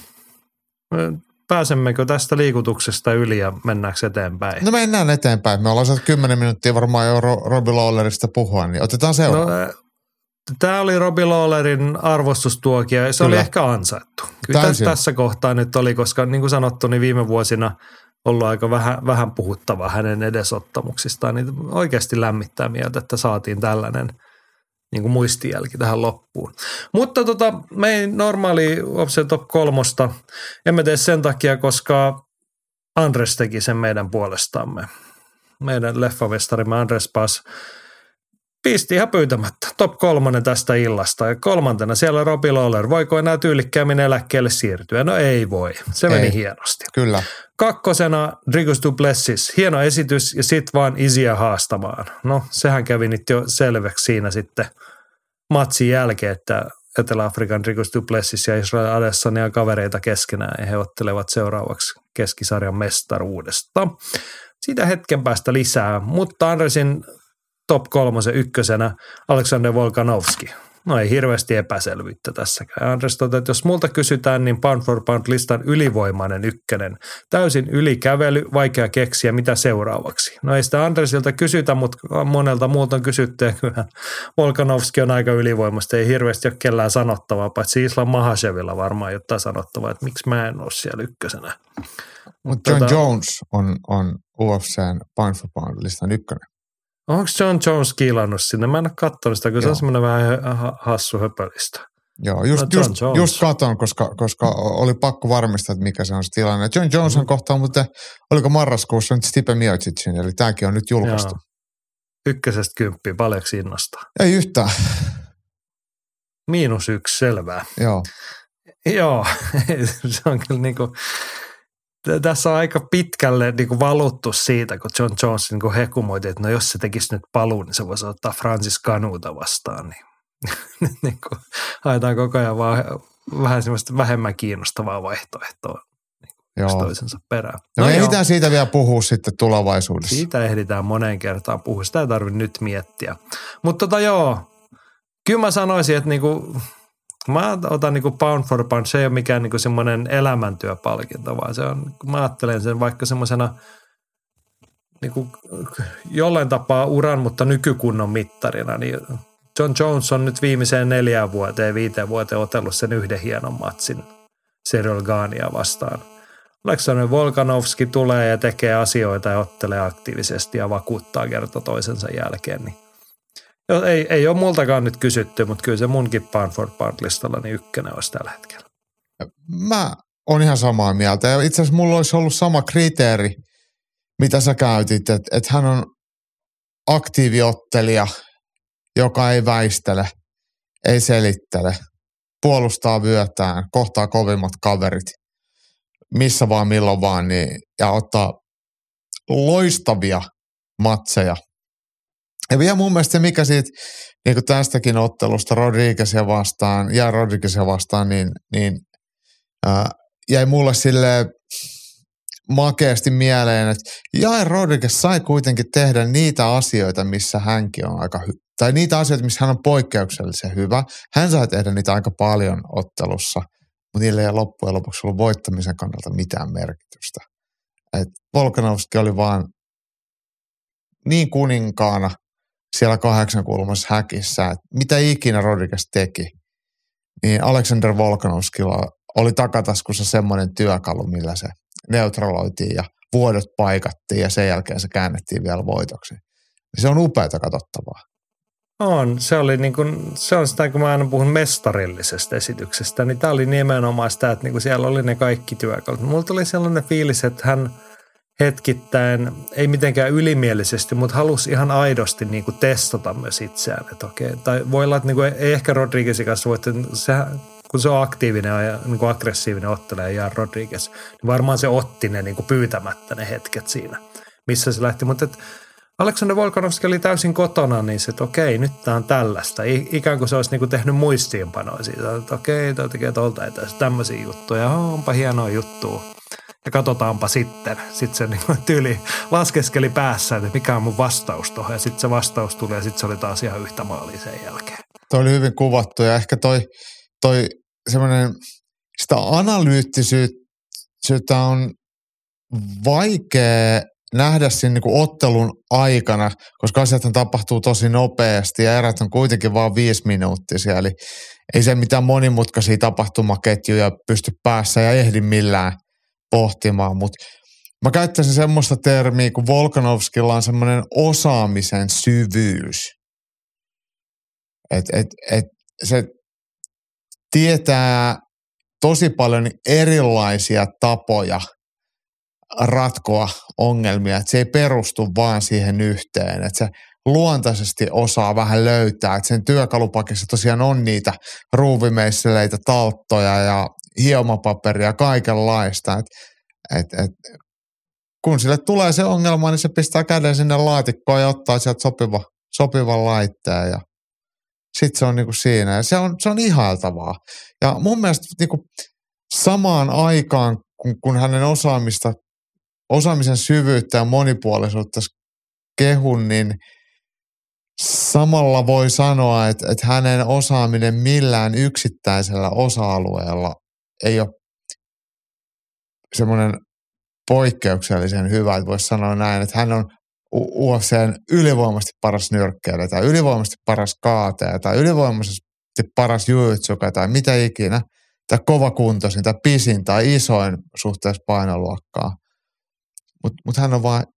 Pääsemmekö tästä liikutuksesta yli ja mennäänkö eteenpäin? No mennään eteenpäin. Me ollaan saatu kymmenen minuuttia varmaan jo Robbie Lawlerista puhua, niin otetaan seuraava. No, tämä oli Robbie Lawlerin arvostustuokio ja se Kyllä. oli ehkä ansaittu. Kyllä tässä, tässä kohtaa nyt oli, koska niin kuin sanottu, niin viime vuosina ollut aika vähän, vähän puhuttavaa hänen edesottamuksistaan. Niin oikeasti lämmittää mieltä, että saatiin tällainen niin kuin muistijälki tähän loppuun. Mutta tota, me ei normaali Opsen top kolmosta emme tee sen takia, koska Andres teki sen meidän puolestamme. Meidän leffavestarimme Andres Pass pisti ihan pyytämättä. Top kolmonen tästä illasta. Ja kolmantena siellä Robbie Lawler. Voiko enää tyylikkäämmin eläkkeelle siirtyä? No ei voi. Se ei. Meni hienosti. Kyllä. Kakkosena Dricus du Plessis. Hieno esitys ja sit vaan Isiä haastamaan. No sehän kävi nyt jo selväksi siinä sitten matsin jälkeen, että Etelä-Afrikan Dricus du Plessis ja Israel Adesanya kavereita keskenään ja he ottelevat seuraavaksi keskisarjan mestaruudesta. Siitä hetken päästä lisää, mutta Andresin top kolmosen ykkösenä Aleksander Volkanovski. No ei hirveästi epäselvyyttä tässäkään. Andres totesi, että jos multa kysytään, niin pound for pound listan ylivoimainen ykkönen. Täysin ylikävely, vaikea keksiä, mitä seuraavaksi. No ei sitä Andresilta kysytä, mutta monelta muulta on kysytty, ja kyllä Volkanovski on aika ylivoimasta. Ei hirveästi ole kellään sanottavaa, paitsi Islam Mahashevilla varmaan jotain sanottavaa, että miksi mä en ole siellä ykkösenä. Mutta John tota, Jones on, on U F C:n pound for pound listan ykkönen. Onko John Jones kiilannut sinne? Mä en ole katsonut sitä, kun se on semmoinen vähän hassu höpölistä. Joo, just, no, just, just katon, koska, koska oli pakko varmistaa, että mikä se on se tilanne. John Jones on kohtaan, mutta oliko marraskuussa nyt Stipe Miocicin, eli tämäkin on nyt julkaistu. Joo. Ykkösestä kymppiä, paljonko innostaa? Ei yhtään. Miinus yksi, selvää. Joo. Joo, se on kyllä niin kuin... Tässä on aika pitkälle niin kuin valuttu siitä, kun John Jones niin kuin hekumoiti, että no jos se tekisi nyt paluun, niin se voisi ottaa Francis Nganouta vastaan. Niin, niin kuin haetaan koko ajan vaan vähän semmoista vähemmän kiinnostavaa vaihtoehtoa niin toisensa perään. No, no me ehditään siitä vielä puhua sitten tulevaisuudessa. Siitä ehditään moneen kertaan puhua. Sitä ei tarvitse nyt miettiä. Mutta tota joo, kyllä mä sanoisin, että niinku... Mä otan niinku pound for pound, se ei ole mikään niinku semmoinen elämäntyöpalkinto, vaan se on, mä ajattelen sen vaikka semmoisena niinku jollain tapaa uran, mutta nykykunnon mittarina, niin John Jones on nyt viimeiseen neljään vuoteen, viiteen vuoteen otellut sen yhden hienon matsin Cyril Gania vastaan. Aleksander Volkanovski tulee ja tekee asioita ja ottelee aktiivisesti ja vakuuttaa kerta toisensa jälkeen, niin Ei, ei ole multakaan nyt kysytty, mutta kyllä se munkin pound for pound listalla niin ykkönen olisi tällä hetkellä. Mä oon ihan samaa mieltä. Ja itse asiassa mulla olisi ollut sama kriteeri, mitä sä käytit, että, että hän on aktiiviottelija, joka ei väistele, ei selittele, puolustaa vyötään, kohtaa kovimmat kaverit, missä vaan milloin vaan, niin, ja ottaa loistavia matseja. Ja vielä mun mielestä se, mikä siitä niin kuin tästäkin ottelusta Rodriguezia vastaan, ja Rodriguezia vastaan, niin, niin ää, jäi mulle silleen makeasti mieleen, että Jair Rodriguez sai kuitenkin tehdä niitä asioita, missä hänkin on aika hyvä. Tai niitä asioita, missä hän on poikkeuksellisen hyvä. Hän sai tehdä niitä aika paljon ottelussa, mutta niillä ei loppujen lopuksi ollut voittamisen kannalta mitään merkitystä. Et Volkanovski oli vaan niin kuninkaana siellä kahdeksankulmassa häkissä, että mitä ikinä Rodriguez teki, niin Aleksander Volkanovskilla oli takataskussa semmoinen työkalu, millä se neutraloitiin ja vuodot paikattiin ja sen jälkeen se käännettiin vielä voitoksi. Se on upeata katsottavaa. On. Se oli niin kuin, se on sitä, kun mä aina puhun mestarillisesta esityksestä, niin tämä oli nimenomaan sitä, että niin kuin siellä oli ne kaikki työkalut. Mulla tuli sellainen fiilis, että hän hetkittäin, ei mitenkään ylimielisesti, mutta halusi ihan aidosti niin kuin testata myös itseään. Että okei, tai voi olla, että niin kuin, ei ehkä Rodriguezin kanssa voi, että sehän, kun se on aktiivinen ja niin kuin aggressiivinen ottelee ja Rodriguez, niin varmaan se otti ne niin kuin pyytämättä ne hetket siinä, missä se lähti. Mutta että Aleksander Volkanovski oli täysin kotona, niin se, että okei, nyt tämä on tällaista. Ikään kuin se olisi niin kuin tehnyt muistiinpanoja siitä, että okei, tämä tekee tuolta etäistä tämmöisiä juttuja, onpa hienoa juttua. Ja katsotaanpa sitten. Sitten se niin tyyli laskeskeli päässä, että mikä on mun vastaus tuohon. Ja sitten se vastaus tuli ja sitten se oli taas ihan yhtä maalia sen jälkeen. toi oli hyvin kuvattu ja ehkä toi, toi semmoinen, sitä analyyttisyyttä on vaikea nähdä siinä niin kuin ottelun aikana, koska asiathan tapahtuu tosi nopeasti ja erät on kuitenkin vain viisi minuuttisia, eli ei se mitään monimutkaisia tapahtumaketjuja pysty päässä ja ehdi millään pohtimaan, mutta mä käyttäisin semmoista termiä, kun Volkanovskilla on semmoinen osaamisen syvyys. Että et, et se tietää tosi paljon erilaisia tapoja ratkoa ongelmia, että se ei perustu vaan siihen yhteen, että se luontaisesti osaa vähän löytää, että sen työkalupakissa tosiaan on niitä ruuvimeisseleitä, talttoja ja hiomapaperia ja kaikenlaista, että et, et, kun sille tulee se ongelma, niin se pistää käden sinne laatikkoon ja ottaa sieltä sopiva, sopivan laitteen ja sitten se on niinku siinä ja se on, se on ihailtavaa. Ja mun mielestä niinku samaan aikaan, kun, kun hänen osaamista, osaamisen syvyyttä ja monipuolisuutta kehun, niin samalla voi sanoa, että, että hänen osaaminen millään yksittäisellä osa-alueella ei ole semmoinen poikkeuksellisen hyvä, että voisi sanoa näin, että hän on U F C:n ylivoimaisesti paras nyrkkeilijä tai ylivoimaisesti paras kaateja tai ylivoimaisesti paras jiu-jitsuka tai mitä ikinä, tai kovakuntoisin tai pisin tai isoin suhteessa painoluokkaa. Mutta mut hän on vain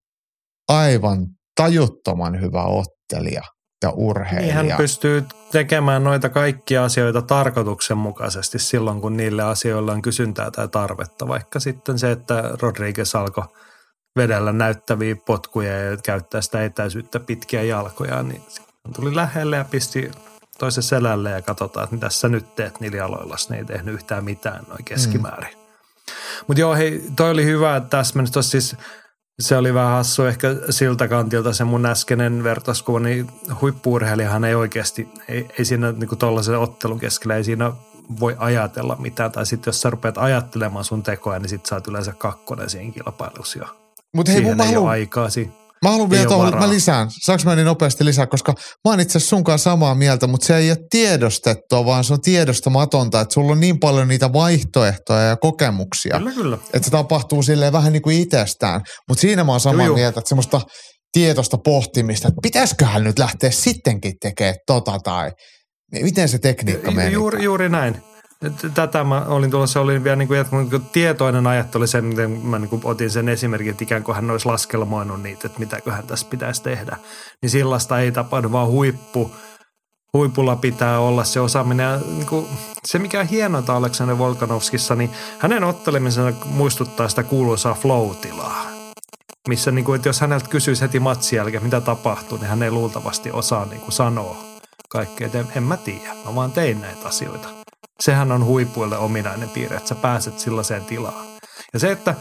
aivan tajuttoman hyvä ottelija ja urheilija. Niin hän pystyy tekemään noita kaikkia asioita tarkoituksenmukaisesti silloin, kun niille asioilla on kysyntää tai tarvetta. Vaikka sitten se, että Rodriguez alkoi vedellä näyttäviä potkuja ja käyttää sitä etäisyyttä pitkiä jalkoja, niin hän tuli lähelle ja pisti toisen selälle ja katsotaan, että mitä sä nyt teet niillä jaloilla. Ne ei tehnyt yhtään mitään noin keskimäärin. Mm. Mutta joo, hei, toi oli hyvä täsmennys. Tuossa siis se oli vähän hassu ehkä siltä kantilta se mun äskeinen vertauskuva, niin huippu-urheilijahan ei oikeasti, ei, ei siinä niinku tollaisen ottelun keskellä, ei siinä voi ajatella mitään. Tai sitten jos sä rupeat ajattelemaan sun tekoja, niin sit sä oot yleensä kakkonen siinä kilpailussa jo. Mut hei, siihen mä ei haluan, ole aikaa siinä. Mä haluan vielä tuohon, mä lisään. Saanko mä niin nopeasti lisää, koska mä oon itse asiassa sunkaan samaa mieltä, mutta se ei ole tiedostettua, vaan se on tiedostamatonta, että sulla on niin paljon niitä vaihtoehtoja ja kokemuksia. Kyllä, kyllä. Että se tapahtuu silleen vähän niin kuin itsestään. Mutta siinä mä oon samaa Juju. mieltä, että semmoista tietoista pohtimista, että pitäisiköhän nyt lähteä sittenkin tekemään tota tai miten se tekniikka menee. Juuri, juuri näin. Tätä mä olin tulossa, olin vielä niin kuin, niin kuin tietoinen ajattelu sen, miten mä niin kuin otin sen esimerkin, että ikään kuin hän olisi laskelmoinut niitä, että mitäköhän tässä pitäisi tehdä. Niin sellaista ei tapahdu, vaan huippu. Huipulla pitää olla se osaaminen. Ja niin kuin, se, mikä on hienointa Aleksander Volkanovskissa, niin hänen ottelemisensa muistuttaa sitä kuuluisaa flow-tilaa. Missä, niin kuin, että jos häneltä kysyisi heti matsin jälkeen, mitä tapahtuu, niin hän ei luultavasti osaa niin kuin sanoa kaikkea. En, en mä tiedä, mä vaan tein näitä asioita. Sehän on huipuille ominainen piirre, että sä pääset sellaiseen tilaan. Ja se, että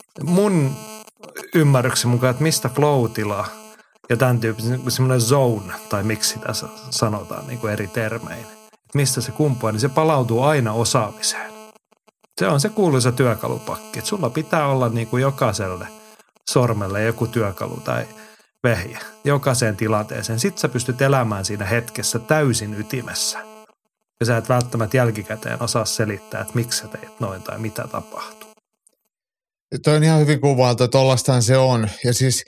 mun ymmärryksen mukaan, että mistä flow-tilaa ja tämän tyyppisen semmoinen zone, tai miksi sitä sanotaan niin kuin eri termein, että mistä se kumpuaa, niin se palautuu aina osaamiseen. Se on se kuuluisa työkalupakki, että sulla pitää olla niin kuin jokaiselle sormelle joku työkalu tai vehje, jokaiseen tilanteeseen. Sitten sä pystyt elämään siinä hetkessä täysin ytimessä. Ja sä et välttämättä jälkikäteen osaa selittää, että miksi sä teet noin tai mitä tapahtuu. Toi on ihan hyvin kuvailtu, että tollastahan se on. Ja siis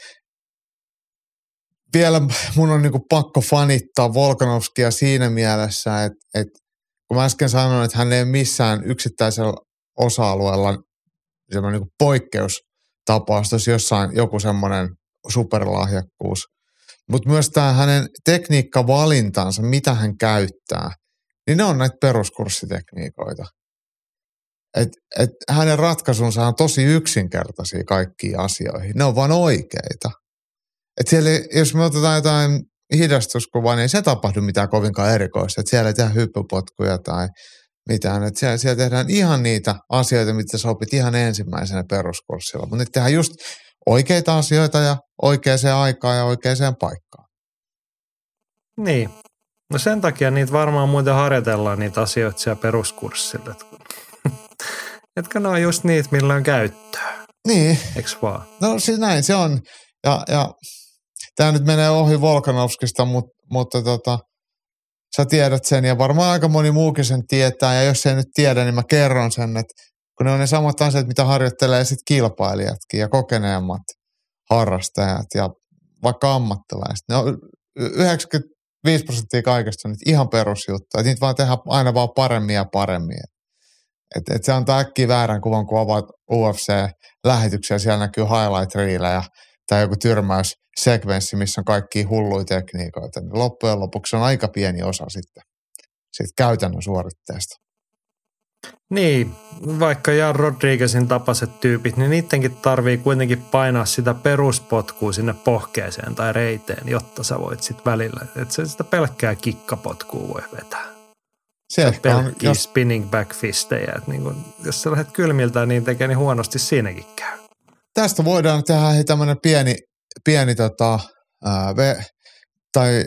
vielä mun on niinku pakko fanittaa Volkanovskia siinä mielessä, että, että kun mä äsken sanoin, että hän ei missään yksittäisellä osa-alueella semmoinen niinku poikkeustapaus, jos jossain joku semmoinen superlahjakkuus. Mutta myös tämä hänen tekniikkavalintansa, mitä hän käyttää, niin ne on näitä peruskurssitekniikoita. Et, et hänen ratkaisunsa on tosi yksinkertaisia kaikkiin asioihin. Ne on vaan oikeita. Et siellä, jos me otetaan jotain hidastuskuvaa, niin ei se tapahdu mitään kovinkaan erikoista. Et siellä ei tehdä hyppypotkuja tai mitään. Et siellä, siellä tehdään ihan niitä asioita, mitä sä opit ihan ensimmäisenä peruskurssilla. Mutta nyt tehdään just oikeita asioita ja oikeaan aikaan ja oikeaan paikkaan. Niin. No sen takia niitä varmaan muuten harjoitellaan niitä asioita siellä peruskurssilla. Etkö ne on just niitä, millä on käyttöä? Niin. Eiks vaan? No siis näin se on. Ja, ja tämä nyt menee ohi Volkanovskista, mutta, mutta tota, sä tiedät sen ja varmaan aika moni muukin sen tietää. Ja jos ei nyt tiedä, niin mä kerron sen, että kun ne on ne samat asiat, mitä harjoittelee sitten kilpailijatkin ja kokeneemmat harrastajat ja vaikka ammattilaiset. Ne on yhdeksänkymmentäviisi prosenttia kaikesta on ihan perusjuttu. Että niitä vaan tehdään aina vaan paremmin ja paremmin. Että et se antaa äkkiä väärän kuvan, kun avaat U F C-lähetyksiä, siellä näkyy highlight-riilejä tai joku tyrmäyssekvenssi, missä on kaikkia hulluja tekniikoita. Niin loppujen lopuksi on aika pieni osa sitten siitä käytännön suoritteesta. Niin, vaikka Jan Rodriguezin tapaiset tyypit, niin niidenkin tarvii kuitenkin painaa sitä peruspotkua sinne pohkeeseen tai reiteen, jotta sä voit sitten välillä. Että se sitä pelkkää kikkapotkua voi vetää. Se pelkkiä jos... spinning back fistejä. Että niin kun, jos sä lähdet kylmiltään niin tekee, niin huonosti siinäkin käy. Tästä voidaan tehdä hei tämmöinen pieni, pieni tota, ää, ve, tai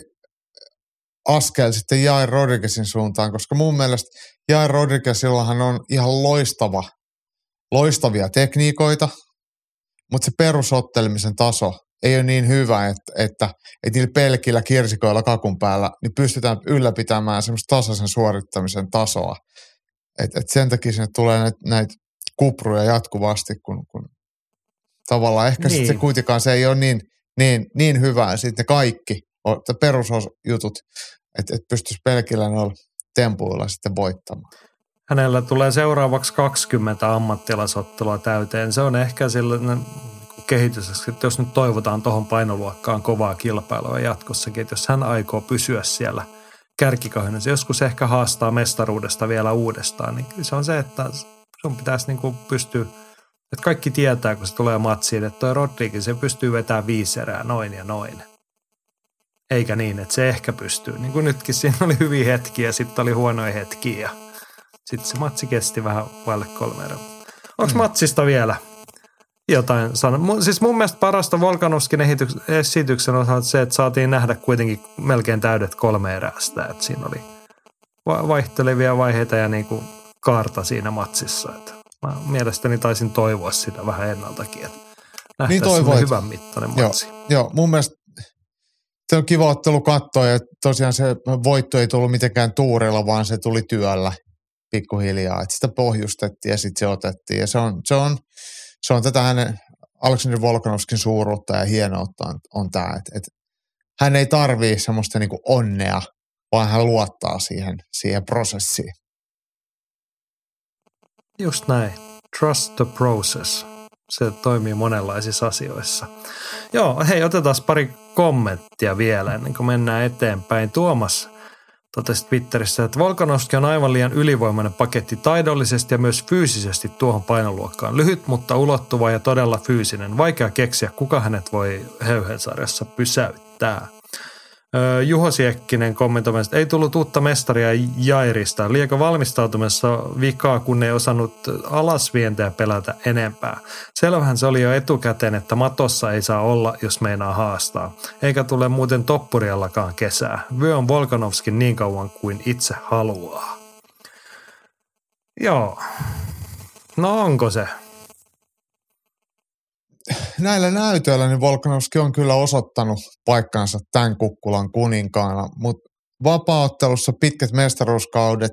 askel sitten Jair Rodriguezin suuntaan, koska mun mielestä Jair Rodriguezillahan on ihan loistava, loistavia tekniikoita, mutta se perusottelemisen taso ei ole niin hyvä, että, että, että niillä pelkillä kirsikoilla kakun päällä niin pystytään ylläpitämään semmoista tasaisen suorittamisen tasoa. Et, et sen takia sinne tulee näitä, näitä kupruja jatkuvasti, kun, kun tavallaan ehkä niin. Sitten se kuitenkaan se ei ole niin, niin, niin hyvää. Sitten ne kaikki perusjutut, että et pystyisi pelkillä noilla tempuilla sitten voittamaan. Hänellä tulee seuraavaksi kaksikymmentä ammattilaisottelua täyteen. Se on ehkä sellainen kehitys, että jos nyt toivotaan tuohon painoluokkaan kovaa kilpailua jatkossakin, että jos hän aikoo pysyä siellä kärkikahinoissa, joskus ehkä haastaa mestaruudesta vielä uudestaan, niin se on se, että sun pitäisi niin kuin pystyä, että kaikki tietää, kun se tulee matsiin, että toi Rodriguez, se pystyy vetämään viisi erää noin ja noin. Eikä niin, että se ehkä pystyy. Niin kuin nytkin siinä oli hyviä hetkiä, sitten oli huonoja hetkiä ja sitten se matsi kesti vähän vaille kolme erää. Onko mm. matsista vielä jotain sanoa? Siis mun mielestä parasta Volkanovskin esityksen osalta se, että saatiin nähdä kuitenkin melkein täydet kolme erästä. Että siinä oli vaihtelevia vaiheita ja niin kuin kaarta siinä matsissa. Että mä mielestäni taisin toivoa sitä vähän ennaltakin, että nähtäisiin niin hyvän mittainen matsi. Joo, joo, mun mielestä se on kiva ottelu katsoa ja tosiaan se voitto ei tullut mitenkään tuurilla, vaan se tuli työllä pikkuhiljaa. Että sitä pohjustettiin ja sitten se otettiin. Ja se on, se on, se on tätä hänen Aleksander Volkanovskin suuruutta ja hienoutta on, on tämä, että, että hän ei tarvii semmoista niinku onnea, vaan hän luottaa siihen, siihen prosessiin. Just näin. Trust the process. Se toimii monenlaisissa asioissa. Joo, hei, otetaan pari kommenttia vielä ennen kuin mennään eteenpäin. Tuomas totesi Twitterissä, että Volkanovski on aivan liian ylivoimainen paketti taidollisesti ja myös fyysisesti tuohon painoluokkaan. Lyhyt, mutta ulottuva ja todella fyysinen. Vaikea keksiä, kuka hänet voi höyhensarjassa pysäyttää. Juho Siekkinen kommentoi, että ei tullut uutta mestaria Jairista. Liekö valmistautumassa vikaa, kun ei osannut alasvientejä pelätä enempää. Selvähän se oli jo etukäteen, että matossa ei saa olla, jos meinaa haastaa. Eikä tule muuten toppuriallakaan kesää. Vyö on Volkanovskin niin kauan kuin itse haluaa. Joo. No onko se? Näillä näytöillä niin Volkanovski on kyllä osoittanut paikkansa tämän kukkulan kuninkaana, mutta vapaaottelussa pitkät mestaruuskaudet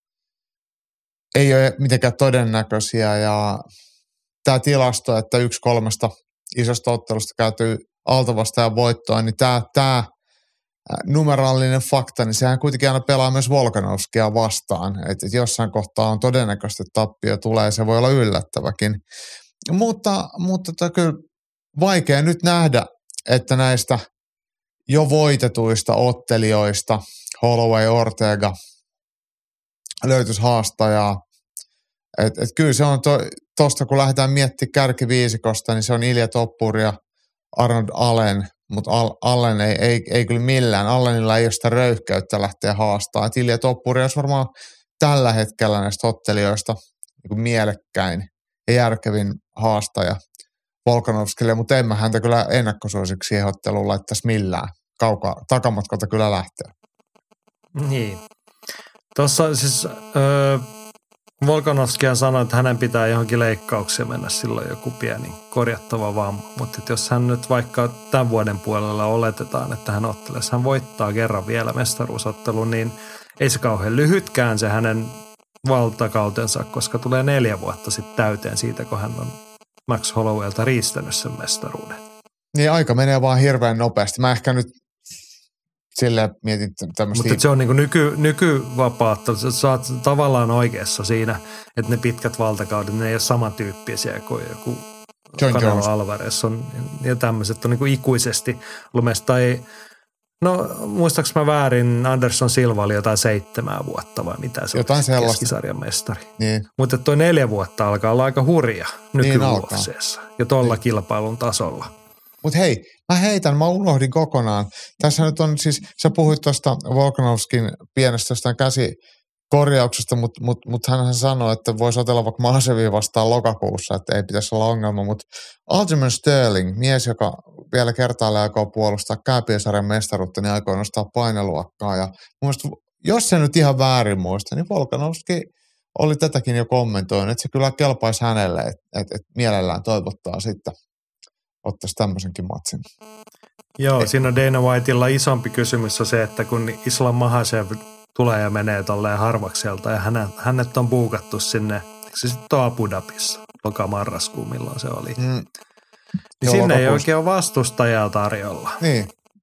ei ole mitenkään todennäköisiä ja tämä tilasto, että yksi kolmesta isosta ottelusta käytyy altavastaan voittoa, niin tämä, tämä numeraalinen fakta, niin sehän kuitenkin aina pelaa myös Volkanovskia vastaan, että jossain kohtaa on todennäköisesti tappio tulee, se voi olla yllättäväkin. Mutta, mutta tota, kyllä vaikea nyt nähdä, että näistä jo voitetuista ottelijoista Holloway, Ortega löytyisi haastajaa. Et, et kyllä se on tuosta, kun lähdetään miettimään kärkiviisikosta, niin se on Ilja Toppur ja Arnold Allen, mutta Al, Allen ei, ei, ei kyllä millään. Allenilla ei ole sitä röyhkeyttä lähteä haastamaan. Et Ilja Toppur olisi varmaan tällä hetkellä näistä ottelijoista niin kuin mielekkäin ja järkevin haastaja Volkanovskille, mutta en mä häntä kyllä ennakkosuosiksi siihen otteluun laittaisi millään. Kaukaa, takamatkalta kyllä lähtee. Niin. Tuossa siis öö, Volkanovskihan sanoi, että hänen pitää johonkin leikkaukseen mennä silloin joku pieni korjattava vamma. Mutta jos hän nyt vaikka tämän vuoden puolella oletetaan, että hän ottelee, hän voittaa kerran vielä mestaruusottelun, niin ei se kauhean lyhytkään se hänen valtakautensa, koska tulee neljä vuotta sitten täyteen siitä, kun hän on Max Hollowaylta riistänyt sen mestaruuden. Niin aika menee vaan hirveän nopeasti. Mä ehkä nyt silleen mietin tämmöistä... Mutta se on niin nyky, nykyvapaattelu. Sä oot tavallaan oikeassa siinä, että ne pitkät valtakaudet, ne ei ole samantyyppisiä kuin joku Canelo Alvarez on. Ja tämmöiset on niin kuin ikuisesti ollut tai no muistaaks mä väärin, Anderson Silva oli jotain seitsemän vuotta vai mitä se jotain on keskisarjan mestari. Niin. Mutta toi neljä vuotta alkaa olla aika hurja nyky-U F C:ssä ja tuolla niin. kilpailun tasolla. Mutta hei, mä heitän, mä unohdin kokonaan. Tässä nyt on siis, sä puhuit tuosta Volkanovskin pienestä jostain käsikorjauksesta, mutta mut, mut hän sanoi, että voisi otella vaikka Mahasevia vastaan lokakuussa, että ei pitäisi olla ongelma. Mutta Aljamain Sterling, mies, joka vielä kertaalleen aikoo puolustaa kääpiösarjan mestaruutta, niin aikoo nostaa paineluokkaa. Ja mun mielestä, jos se nyt ihan väärin muista, niin Volkanovski oli tätäkin jo kommentoinut, että se kyllä kelpaisi hänelle, että et, et mielellään toivottaa sitten. Ottaisi tämmöisenkin matsin. Joo, siinä on Dana Whiteilla isompi kysymys on se, että kun Islam Makhachev tulee ja menee tolleen harvakselta ja hänet, hänet on buukattu sinne, eikö se sitten ole Abu Dhabissa, loka-marraskuun, milloin se oli. Mm. Niin Joo, sinne ei oikein ole vastustajaa tarjolla. Niin.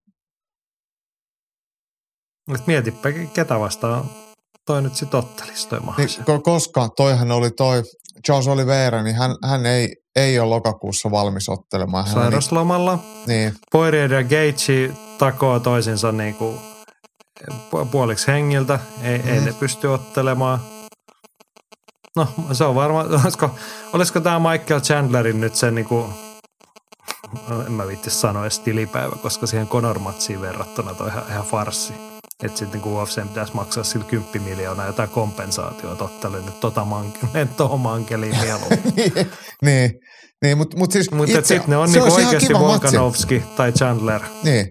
Et mietipä, ketä vastaan toi nyt sitten ottelisi toi Makhachev. Niin, koska toihan oli toi Charles Oliveira, niin hän, hän ei, ei ole lokakuussa valmis ottelemaan. Sairaslomalla. Niin. Poirier ja Gaethje takoo toisinsa niinku puoliksi hengiltä. Ei, mm. ei ne pysty ottelemaan. No, se on varmaan, olisiko, olisiko tämä Michael Chandlerin nyt se niinku, en mä viitti sanoa edes tilipäivä, koska siihen Conor-matsiin verrattuna toi ihan, ihan farssi. Että sitten kun U F C pitäisi maksaa sillä kymmenen miljoonaa jotain kompensaatioita, ottelen nyt tota mankeliin, tohon mankeliin mieluummin. niin, niin, niin mutta mut siis Mutta sitten ne on niinku oikeasti Volkanovski tai Chandler. Niin.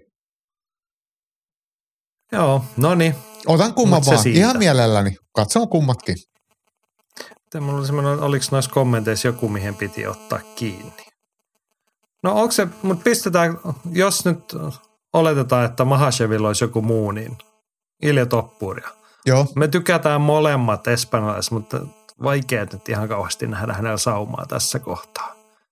Joo, no niin. Otan kumman vaan, siitä. Ihan mielelläni. Katson kummatkin. Mulla oli semmoinen, oliko noissa kommenteissa joku, mihin piti ottaa kiinni? No onko se, mutta pistetään, jos nyt oletetaan, että Makhachevilla olisi joku muu, niin Ilja Topuria. Joo. Me tykätään molemmat espanjalaiset, mutta vaikea nyt ihan kauheasti nähdä hänellä saumaa tässä kohtaa.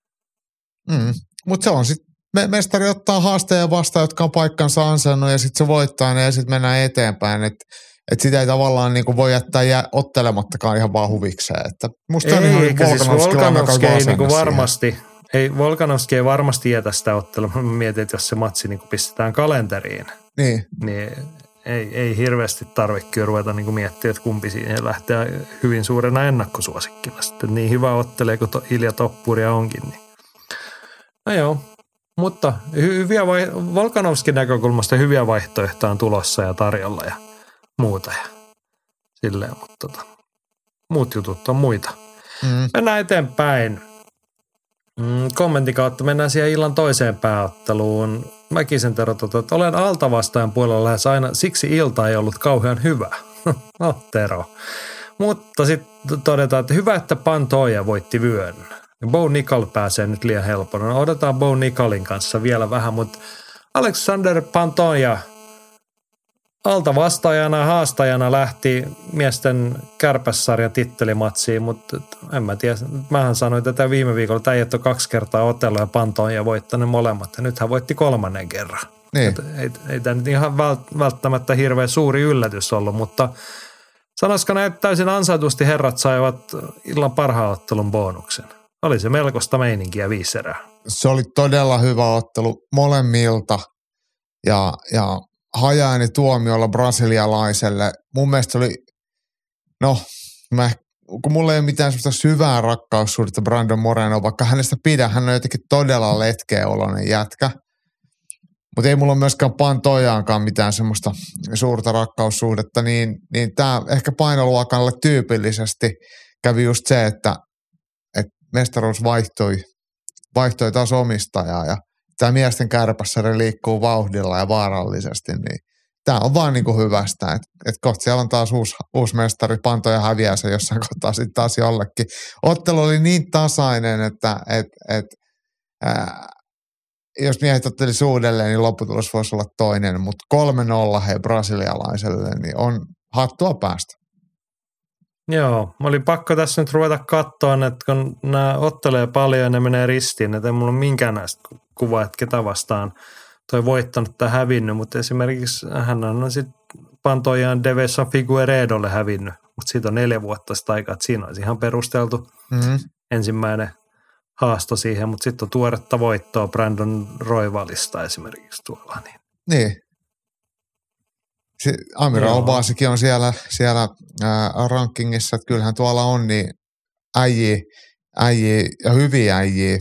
Mm. Mutta se on sitten, me, mestari ottaa haasteja vastaan, jotka on paikkansa ansainnut ja sitten se voittaa ne ja sitten mennään eteenpäin. Että et sitä ei tavallaan niinku voi jättää jää ottelemattakaan ihan vaan huvikseen. Että musta ei, on ihan eikä siis Volkanovski ei niinku varmasti, ei, Volkanovski ei varmasti jätä sitä ottelua. Mä mietin, että jos se matsi niinku pistetään kalenteriin, niin, niin ei, ei hirveästi tarvitse ruveta niinku miettiä, että kumpi siihen lähtee hyvin suurena ennakkosuosikkina. Sitten niin hyvä ottelee kuin to, Ilja Topuria onkin. Niin. No joo, mutta hyviä vai, Volkanovskin näkökulmasta hyviä vaihtoehtoja on tulossa ja tarjolla ja muuta ja silleen, mutta tota, muut jutut on muita. Mm. Mennään eteenpäin. Mm, kommentin kautta mennään siihen illan toiseen pääotteluun. Mäkisen Tero toteaa, että olen altavastajan puolella lähes aina, siksi ilta ei ollut kauhean hyvä. No Tero. Mutta sitten todetaan, että hyvä, että Pantoja voitti vyön. Bo Nickal pääsee nyt liian helpona. No, odotetaan Bo Nickalin kanssa vielä vähän, mutta Alexander Pantoja alta vastaajana, haastajana lähti miesten kärpässarjan tittelimatsiin, mutta en mä tiedä. Mähän sanoin tätä viime viikolla, että äijät on kaksi kertaa otellut ja Pantoja voittanut molemmat. Ja nyt hän voitti kolmannen kerran. Niin. Ei, ei tämä nyt ihan välttämättä hirveän suuri yllätys ollut, mutta sanoisiko näin, että täysin ansaitusti herrat saivat illan parhaan ottelun bonuksen. Oli se melkoista meininkiä viisi erää. Se oli todella hyvä ottelu molemmilta ja, ja hajaini tuomiolla brasilialaiselle. Mun mielestä oli, no, mä, kun mulla ei ole mitään sellaista syvää rakkaussuhdetta Brandon Moreno, vaikka hänestä pidän, hän on jotenkin todella letkeä-oloinen jätkä. Mutta ei mulla ole myöskään Pantojaankaan mitään semmoista suurta rakkaussuhdetta, niin, niin tämä ehkä painoluokalle tyypillisesti kävi just se, että, että mestaruus vaihtoi, vaihtoi taas omistajaa ja tämä miesten kärpässäri liikkuu vauhdilla ja vaarallisesti, niin tämä on vaan niin kuin hyvästä, että et kohta siellä on taas uusi, uusi mestari, Pantoja häviää se jossain kohtaa sitten taas jollekin. Ottelu oli niin tasainen, että et, et, ää, jos miehet ottelisi uudelleen, niin lopputulos voisi olla toinen, mutta kolme nolla he brasilialaiselle, niin on hattua päästä. Joo, mä olin pakko tässä nyt ruveta katsoa, että kun nämä ottelee paljon ja ne menee ristiin, että ei mulla ole minkään näistä kuvaa, että ketä vastaan toi voittanut tai hävinnyt, mutta esimerkiksi hän on sitten Pantojan Devesa Figueiredolle hävinnyt, mutta siitä on neljä vuotta sitä aikaa, että siinä olisi ihan perusteltu mm-hmm. ensimmäinen haasto siihen, mutta sitten on tuoretta voittoa Brandon Royvalista esimerkiksi tuolla. Niin. niin. Amir Albaasikin on siellä, siellä ää, rankingissa, että kyllähän tuolla on niin äijiä, äijiä ja hyviä äijiä.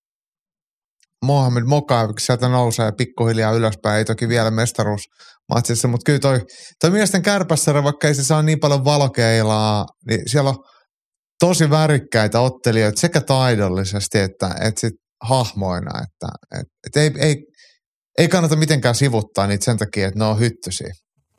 Mohamed Mokaev sieltä nousee pikkuhiljaa ylöspäin, ei toki vielä mestaruusmatsissa, mutta kyllä toi, toi miesten kärpässä, vaikka ei se saa niin paljon valokeilaa, niin siellä on tosi värikkäitä ottelijoita sekä taidollisesti että, että sit hahmoina, että et, et ei, ei, ei kannata mitenkään sivuttaa niitä sen takia, että ne on hyttysiä.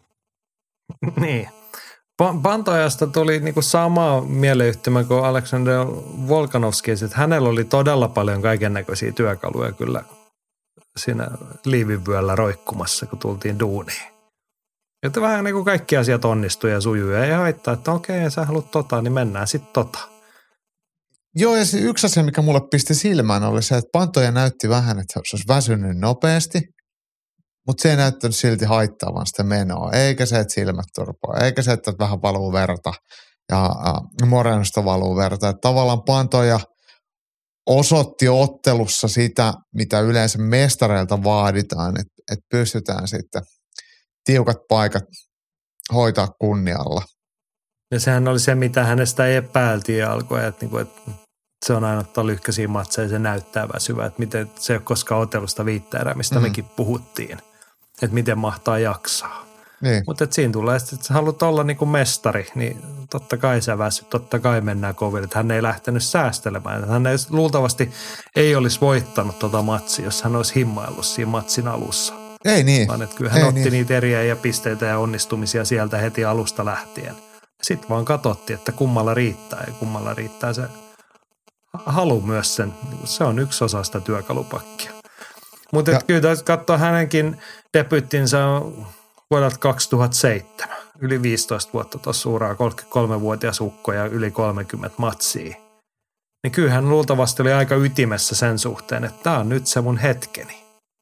Niin. Pantojasta tuli niinku sama mieleyhtymä kuin Aleksander Volkanovski, että hänellä oli todella paljon kaikennäköisiä työkaluja kyllä siinä liivivyöllä roikkumassa, kun tultiin duuniin. Joten vähän niin kuin kaikki asiat onnistui ja sujui ja ei haittaa, että okei, sä haluat tota, niin mennään sitten tota. Joo, ja se yksi asia, mikä mulle pisti silmään, oli se, että Pantoja näytti vähän, että se olisi väsynyt nopeasti, mutta se ei näyttänyt silti haittaavan sitä menoa, eikä se, että silmät turpoa, eikä se, että vähän valuu verta ja Morenosta valuu verta. Että tavallaan Pantoja osoitti ottelussa sitä, mitä yleensä mestareilta vaaditaan, että, että pystytään sitten tiukat paikat hoitaa kunnialla. Ja sehän oli se, mitä hänestä epäiltiin alkoi, että, niinku, että se on aina ottaa lyhkäisiä matseja ja se näyttää väsyvää, että miten se ei ole koskaan ottelusta viittä erää, mistä mm. mekin puhuttiin, että miten mahtaa jaksaa. Niin. Mutta siinä tulee sitten, että sä haluat olla niin kuin mestari, niin totta kai sä väsyt, totta kai mennään koville. Että hän ei lähtenyt säästelemään. Hän ei, luultavasti ei olisi voittanut tota matsia, jos hän olisi himmaillut siinä matsin alussa. Ei niin. Vaan että kyllä hän ei otti niin. niitä eriä ja pisteitä ja onnistumisia sieltä heti alusta lähtien. Sitten vaan katsottiin, että kummalla riittää ja kummalla riittää se halu myös sen. Se on yksi osa sitä työkalupakkia. Mutta kyllä katsoa hänenkin debyyttinsä vuodelta kaksituhattaseitsemän. Yli viisitoista vuotta tuossa uraa, kolmekymmentäkolmevuotias ukko ja yli kolmekymmentä matsia. Niin kyllähän luultavasti oli aika ytimessä sen suhteen, että tämä on nyt se mun hetkeni.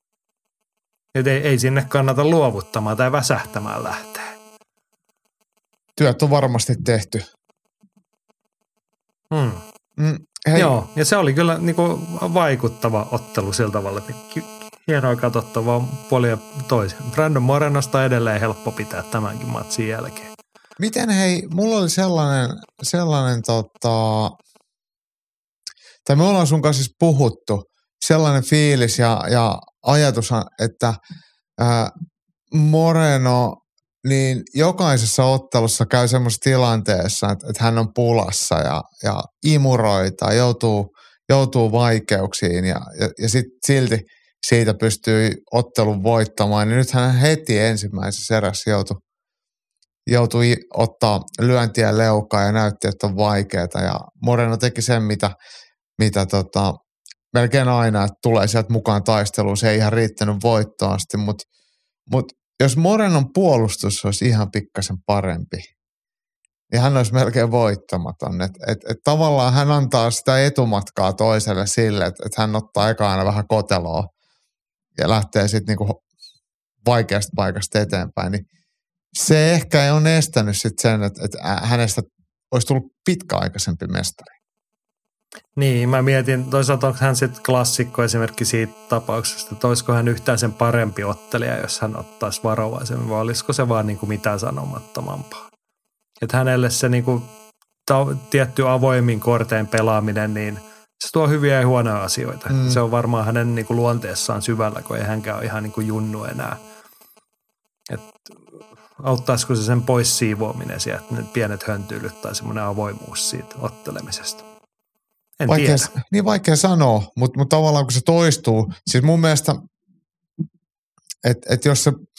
Että ei, ei sinne kannata luovuttamaan tai väsähtämään lähteä. Työt on varmasti tehty. Hmm. Mm, hei. Joo, ja se oli kyllä niinku vaikuttava ottelu sillä tavalla, että hienoa katsottavaa puoli ja toisen. Brandon Morenosta edelleen helppo pitää tämänkin matsin jälkeen. Miten hei, mulla oli sellainen, sellainen tota, tai me ollaan sun kanssa siis puhuttu, sellainen fiilis ja, ja ajatus, että ää, Moreno niin jokaisessa ottelussa käy semmoisessa tilanteessa, että, että hän on pulassa ja, ja imuroi tai joutuu, joutuu vaikeuksiin ja, ja, ja sit silti siitä pystyy ottelun voittamaan. Niin nyt hän heti ensimmäisessä erässä joutui, joutui ottaa lyöntiä leukaa ja näytti, että on vaikeaa. Ja Moreno teki sen, mitä, mitä tota, melkein aina, että tulee sieltä mukaan taisteluun. Se ei ihan riittänyt voittoon asti, mutta mut, jos Morenon puolustus olisi ihan pikkasen parempi, niin hän olisi melkein voittamaton. Et, et, et tavallaan hän antaa sitä etumatkaa toiselle sille, että et hän ottaa eka aina vähän koteloa ja lähtee sitten niinku vaikeasta paikasta eteenpäin. Niin se ehkä ei ole estänyt sit sen, että et hänestä olisi tullut pitkäaikaisempi mestari. Niin, mä mietin, toisaalta onko hän sitten klassikko esimerkki siitä tapauksesta, että olisiko hän yhtään sen parempi ottelija, jos hän ottaisi varovaisemmin, vai olisiko se vaan niin kuin mitään sanomattomampaa. Että hänelle se niin kuin ta- tietty avoimin kortein pelaaminen, niin se tuo hyviä ja huonoja asioita. Mm. Se on varmaan hänen niin kuin luonteessaan syvällä, kun ei hänkään ole ihan niin kuin junnu enää. Että auttaisiko se sen pois siivoaminen sieltä, ne pienet höntyilyt tai semmoinen avoimuus siitä ottelemisesta. En vaikea, tiedä. Niin vaikea sanoa, mutta, mutta tavallaan kun se toistuu, siis mun mielestä, että et jos se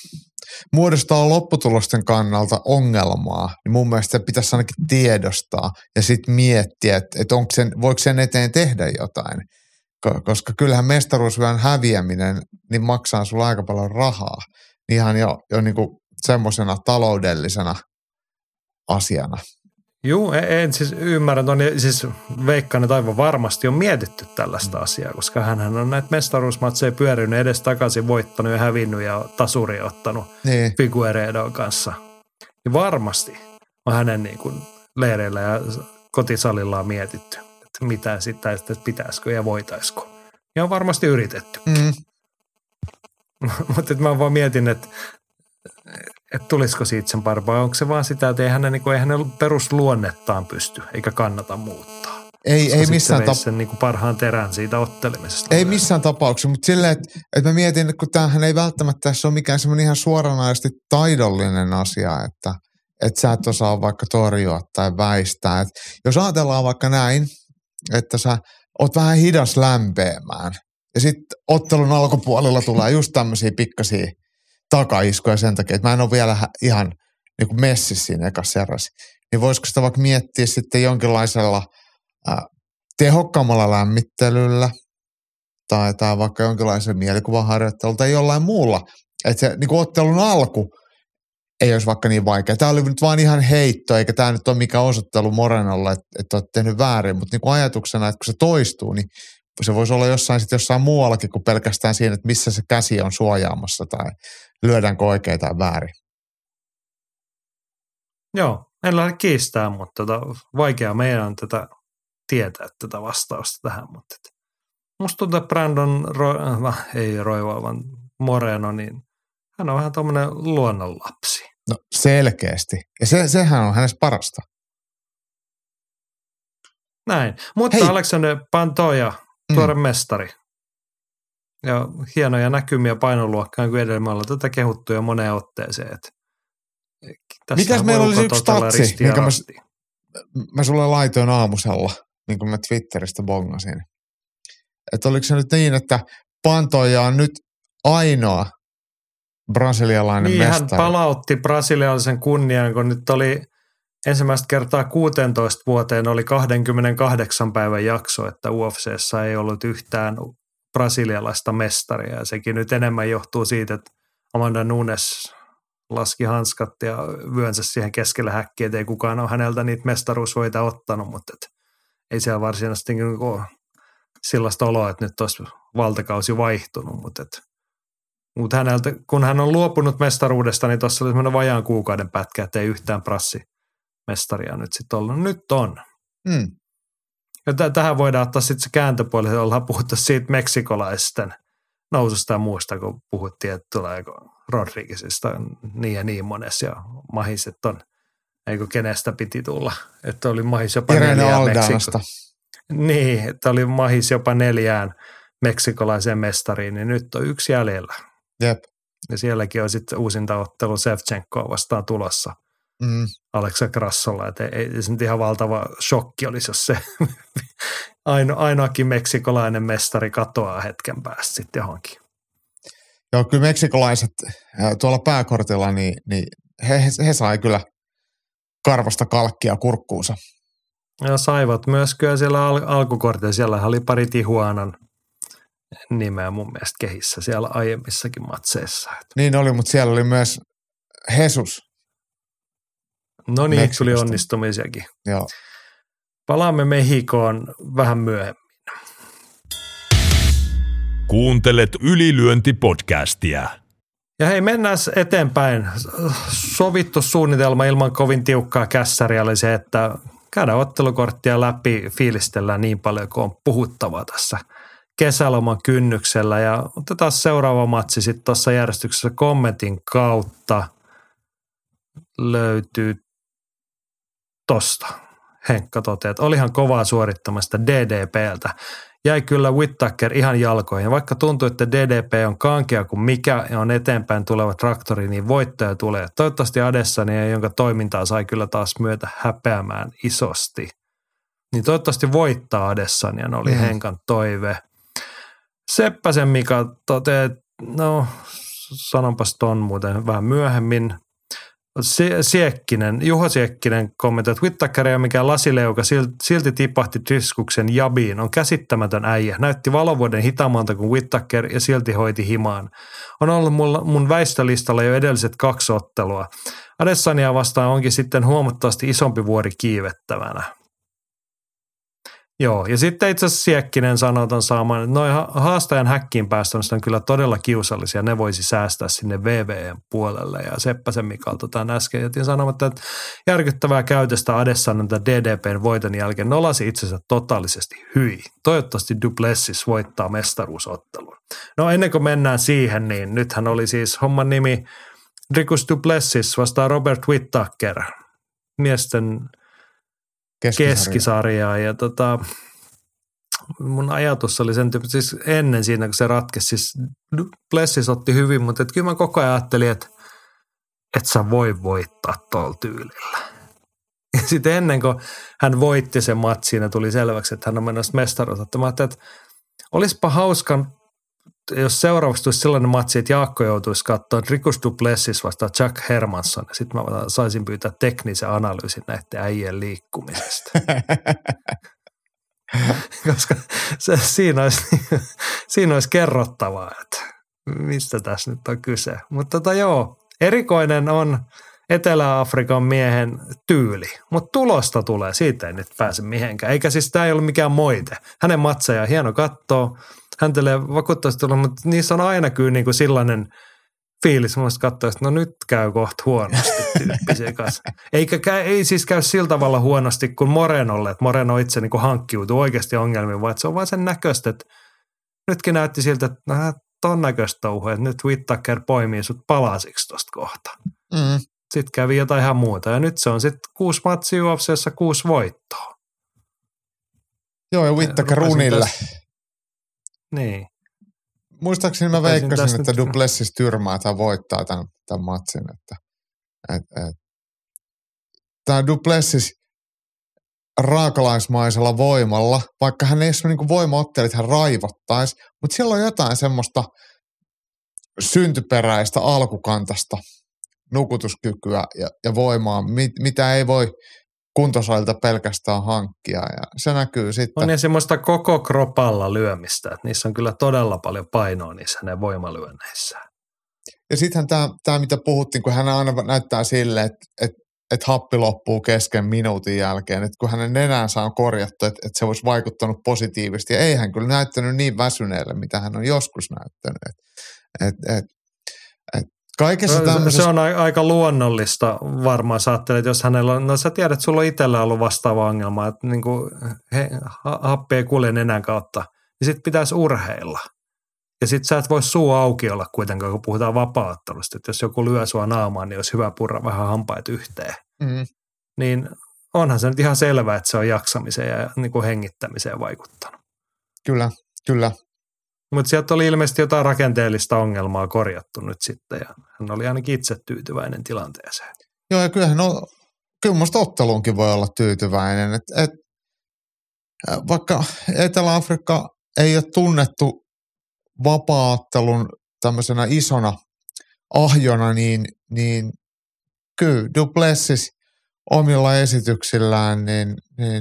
muodostaa lopputulosten kannalta ongelmaa, niin mun mielestä se pitäisi ainakin tiedostaa ja sitten miettiä, että, että onko sen, voiko sen eteen tehdä jotain. Koska kyllähän mestaruusvyön häviäminen niin maksaa sulla aika paljon rahaa ihan jo, jo niin kuin semmoisena taloudellisena asiana. Joo, en siis ymmärrä, on siis veikkaan, että aivan varmasti on mietitty tällaista asiaa, koska hänhän on näitä mestaruusmatseja pyörinyt edes takaisin, voittanut ja hävinnyt ja tasuria ottanut niin Figueiredon kanssa. Ja varmasti on hänen niin kuin leireillä ja kotisalillaan mietitty, että mitä sitten, että pitäisikö ja voitaisiko. Ja on varmasti yritetty. Mm. Mutta mä vaan mietin, että että tulisiko siitä sen parempaa. Onko se vaan sitä, että ei hänen, niin kuin, ei hänen perusluonnettaan pysty, eikä kannata muuttaa. Ei, ei missään tapauksessa. sen niin kuin parhaan terän siitä ottelemisesta. Ei missään tapauksessa, mutta silleen, että, että mä mietin, että kun tämähän ei välttämättä tässä ole mikään semmoinen ihan suoranaisesti taidollinen asia, että, että sä et osaa vaikka torjua tai väistää. Että jos ajatellaan vaikka näin, että sä oot vähän hidas lämpeämään ja sitten ottelun alkupuolella tulee just tämmöisiä pikkasia takaiskuja sen takia, että mä en ole vielä ihan niin kuin messissä siinä ekassa erässä. Niin voisiko sitä vaikka miettiä sitten jonkinlaisella äh, tehokkaammalla lämmittelyllä tai, tai vaikka jonkinlaisella mielikuvaharjoittelulla tai jollain muulla. Että se niin kuin ottelun alku ei olisi vaikka niin vaikea. Tämä oli nyt vaan ihan heitto, eikä tämä nyt ole mikään osoittelu Morenolle, että, että olet tehnyt väärin. Mutta niin kuin ajatuksena, että kun se toistuu, niin se voisi olla jossain sitten jossain muuallakin kuin pelkästään siinä, että missä se käsi on suojaamassa tai lyödäänkö oikein tai väärin. Joo, en lähde kiistää, mutta tota, vaikea meidän on tätä tietää tätä vastausta tähän. Mutta musta tuntuu, että Brandon, Ro- äh, ei Roiva, vaan Moreno, niin hän on vähän tommoinen luonnonlapsi. No selkeästi. Ja se, sehän on hänestä parasta. Näin. Mutta hei. Alexander Pantoja, tuore mm. mestari. Ja hienoja näkymiä painoluokkaan, kun edelleen me ollaan tätä kehuttuja moneen otteeseen. Mitäs meillä oli yksi tatsi, minkä mä, mä sulle laitoin aamusella, niin kuin mä Twitteristä bongasin. Että oliko se nyt niin, että Pantoja on nyt ainoa brasilialainen niin, mestari? Hän palautti brasilialaisen kunnian, kun nyt oli ensimmäistä kertaa kuusitoista vuoteen oli kaksikymmentäkahdeksan päivän jakso, että U F C:ssä ei ollut yhtään brasilialaista mestaria. Ja sekin nyt enemmän johtuu siitä, että Amanda Nunes laski hanskat ja vyönsä siihen keskelle häkkiä, että ei kukaan ole häneltä niitä mestaruusvoita ottanut, mutta et ei siellä varsinaisesti ole sellaista oloa, että nyt olisi valtakausi vaihtunut, mutta et, mut häneltä, kun hän on luopunut mestaruudesta, niin tuossa oli semmoinen vajaan kuukauden pätkä, että ei yhtään prassimestaria nyt sitten ollut. Nyt on. Mm. Ja t- tähän voidaan ottaa sitten se kääntöpuoli, että ollaan puhuttu siitä meksikolaisten noususta ja muusta, kun puhuttiin, että tuleeko Rodriguezista niin ja niin monessa ja mahis, että on, eikö kenestä piti tulla, että oli mahis jopa Irene neljään Aldanosta. Meksiko- niin, että oli mahis jopa neljään meksikolaiseen mestariin, niin nyt on yksi jäljellä. Jep. Ja sielläkin on sitten uusinta ottelu Shevchenkoa vastaan tulossa. Mm. Alexa Grassolla, että ei, ei se nyt ihan valtava shokki olisi, jos se aino, ainoakin meksikolainen mestari katoaa hetken päästä sitten johonkin. Joo, kyllä meksikolaiset tuolla pääkortilla, niin, niin he, he sai kyllä karvasta kalkkia kurkkuunsa. Ja saivat myös kyllä siellä al- alkukortilla, siellä oli pari Tijuanan nimeä mun mielestä kehissä siellä aiemmissakin matseissa. Niin oli, mutta siellä oli myös Jesus. No niin, tuli onnistumisiakin. Joo. Palaamme Mehikoon vähän myöhemmin. Kuuntelet Ylilyönti-podcastia. Ja hei, mennään eteenpäin. Sovittu suunnitelma ilman kovin tiukkaa kässäriä oli se, että käydään ottelukorttia läpi, fiilistellään niin paljon kuin on puhuttavaa tässä kesäloman kynnyksellä. Ja otetaan seuraava matsi sitten tuossa järjestyksessä kommentin kautta. Löytyy tosta. Henkka toteaa, että olihan kovaa suorittamasta D D P:ltä. Jäi kyllä Whittaker ihan jalkoihin. Vaikka tuntuu, että D D P on kankea kuin mikä ja on eteenpäin tuleva traktori, niin voittaja tulee. Toivottavasti Adesanya, jonka toimintaa sai kyllä taas myötä häpeämään isosti. Niin toivottavasti voittaa Adesanya, oli mm. Henkan toive. Seppäsen Mika toteaa, että no sanonpas ton muuten vähän myöhemmin. Siekkinen, Juho Siekkinen kommentoi, että Whittaker ei ole mikään lasileuka, silti tipahti Driskuksen jabiin. On käsittämätön äijä. Näytti valovuoden hitaammalta kuin Whittaker ja silti hoiti himaan. On ollut mulla, mun väistölistalla jo edelliset kaksi ottelua. Adesanya vastaan onkin sitten huomattavasti isompi vuori kiivettävänä. Joo, ja sitten itse asiassa Siekkinen sanoo ton saamaan, että noin haastajan häkkiin päästämistä on kyllä todella kiusallisia. Ne voisi säästää sinne V V N puolelle. Ja Seppäsen Mikalta tämän äsken jätin sanomatta, että järkyttävää käytöstä Adesanyalta D D P:n voiton jälkeen nolasi itsensä totaalisesti hyi. Toivottavasti Du Plessis voittaa mestaruusottelun. No ennen kuin mennään siihen, niin nythän oli siis homman nimi Dricus Du Plessis vastaan Robert Whittaker. Miesten keskisarjaa ja tota, mun ajatus oli sen tyyppi, siis ennen siinä kun se ratkesi, siis Plessis otti hyvin, mutta et kyllä mä koko ajan ajattelin, että et sä voi voittaa tuolla tyylillä. Ja sitten ennen kuin hän voitti sen matsiin ja tuli selväksi, että hän on menossa mestaruutta, mä ajattelin, että olispa hauska, jos seuraavaksi tulisi sellainen matsi, että Jaakko joutuisi katsoa Dricus Du Plessis vastaan Jack Hermansson, ja sitten mä saisin pyytää teknisen analyysin näiden äijien liikkumisesta. Koska se, siinä, olisi, siinä olisi kerrottavaa, että mistä tässä nyt on kyse. Mutta tota joo, erikoinen on Etelä-Afrikan miehen tyyli, mutta tulosta tulee, siitä ei nyt pääse mihinkään. Eikä siis tämä ei ole mikään moite. Hänen matseja on hieno katsoa. Hän telee vakuuttavasti tulla, mutta niissä on aina kyllä niin kuin sellainen fiilis, muista katsoa, että no nyt käy kohta huonosti tyyppisiä kanssa. Eikä käy, ei siis käy sillä tavalla huonosti kuin Morenolle, että Moreno itse niin kuin hankkiutuu oikeasti ongelmiin, vaan että se on vaan sen näköistä, että nytkin näytti siltä, että no, ton näköistä touhua, että nyt Whittaker poimii sut palasiksi tosta kohta. Mm. Sitten kävi jotain ihan muuta ja nyt se on sitten kuusi matsia U F C:ssä kuusi voittoa. Joo ja Whittaker runille. Niin. Muistaakseni mä veikkasin, että Du Plessis tyrmää tai voittaa tämän, tämän matsin. Että, et, et. Tämä Du Plessis raakalaismaisella voimalla, vaikka hän ei ole niin voimaotteli, että hän raivottaisi, mutta siellä on jotain semmoista syntyperäistä alkukantasta nukutuskykyä ja, ja voimaa, mit, mitä ei voi kuntosalilta pelkästään hankkia ja se näkyy sitten. On ja semmoista koko kropalla lyömistä, että niissä on kyllä todella paljon painoa niissä hänen voimalyönneissään. Ja sittenhän tämä, tämä mitä puhuttiin, kun hän aina näyttää sille, että, että, että happi loppuu kesken minuutin jälkeen, että kun hänen nenänsä on korjattu, että, että se olisi vaikuttanut positiivisesti ja ei hän kyllä näyttänyt niin väsyneelle, mitä hän on joskus näyttänyt. Että, että, että, että kaikessa tämmöisessä... Se on aika luonnollista varmaan. Sä ajattelet, että jos hänellä on, no sä tiedät, että sulla on itsellä ollut vastaava ongelma, että niin kuin he, happi ei kulje nenän kautta, niin sit pitäisi urheilla. Ja sit sä et voi suu auki olla kuitenkaan, kun puhutaan vapaa-ottelusta. Että jos joku lyö sua naamaan, niin olisi hyvä purra vähän hampaat yhteen. Mm. Niin onhan se nyt ihan selvää, että se on jaksamiseen ja niin kuin hengittämiseen vaikuttanut. Kyllä, kyllä. Mutta sieltä oli ilmeisesti jotain rakenteellista ongelmaa korjattu nyt sitten ja hän oli ainakin itse tyytyväinen tilanteeseen. Joo ja kyllähän on, kyllä musta otteluunkin voi olla tyytyväinen. Et, et, vaikka Etelä-Afrikka ei ole tunnettu vapaa-ottelun tämmöisenä isona ahjona, niin, niin kyllä Du Plessis omilla esityksillään, niin, niin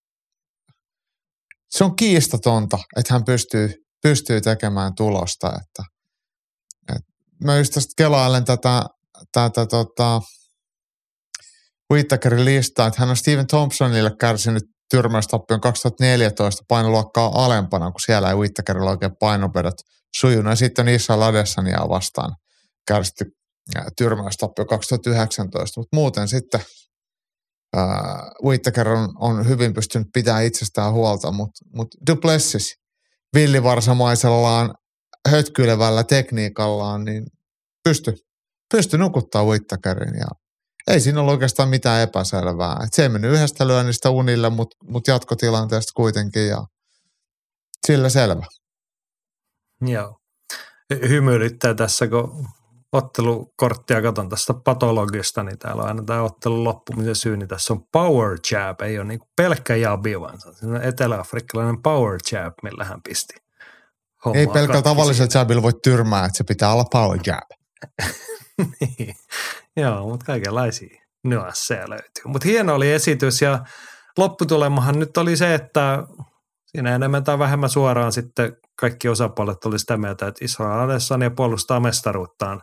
se on kiistatonta, että hän pystyy pystyy tekemään tulosta, että, että mä just tästä kelailen tätä, tätä tota, Whittakerin listaa, että hän on Steven Thompsonille kärsinyt tyrmäystappion kaksituhattaneljätoista painoluokkaa alempana, kun siellä ei Whittakerilla oikein painopedot sujunut. Ja sitten on Israel Adesanyaa vastaan kärsitty tyrmäystappio kaksituhattayhdeksäntoista, mutta muuten sitten ää, Whittaker on, on hyvin pystynyt pitämään itsestään huolta, mutta mut Du Plessis villivarsamaisellaan hötkyilevällä tekniikallaan, niin pysty, pysty nukuttaa Whittakerin ja ei siinä ollut oikeastaan mitään epäselvää. Et se ei mennyt yhdestä lyönnistä unille, mutta mut jatkotilanteesta kuitenkin ja sillä selvä. Joo. Hymyilyttää tässä, kun ottelukorttia katson tästä patologista, niin täällä on aina tämä ottelun loppumisen syy, niin tässä on power jab, ei ole niin pelkkä jabi, vaan se on etelä-afrikkalainen power jab, millä hän pisti hommaa Ei pelkällä tavallisella jabilla voi tyrmää, että se pitää olla power jab. Niin. Joo, mutta kaikenlaisia nyansseja löytyy. Mutta hieno oli esitys ja lopputulemahan nyt oli se, että siinä enemmän tai vähemmän suoraan sitten kaikki osapuolet oli sitä mieltä, että Israel Adesanya puolustaa mestaruuttaan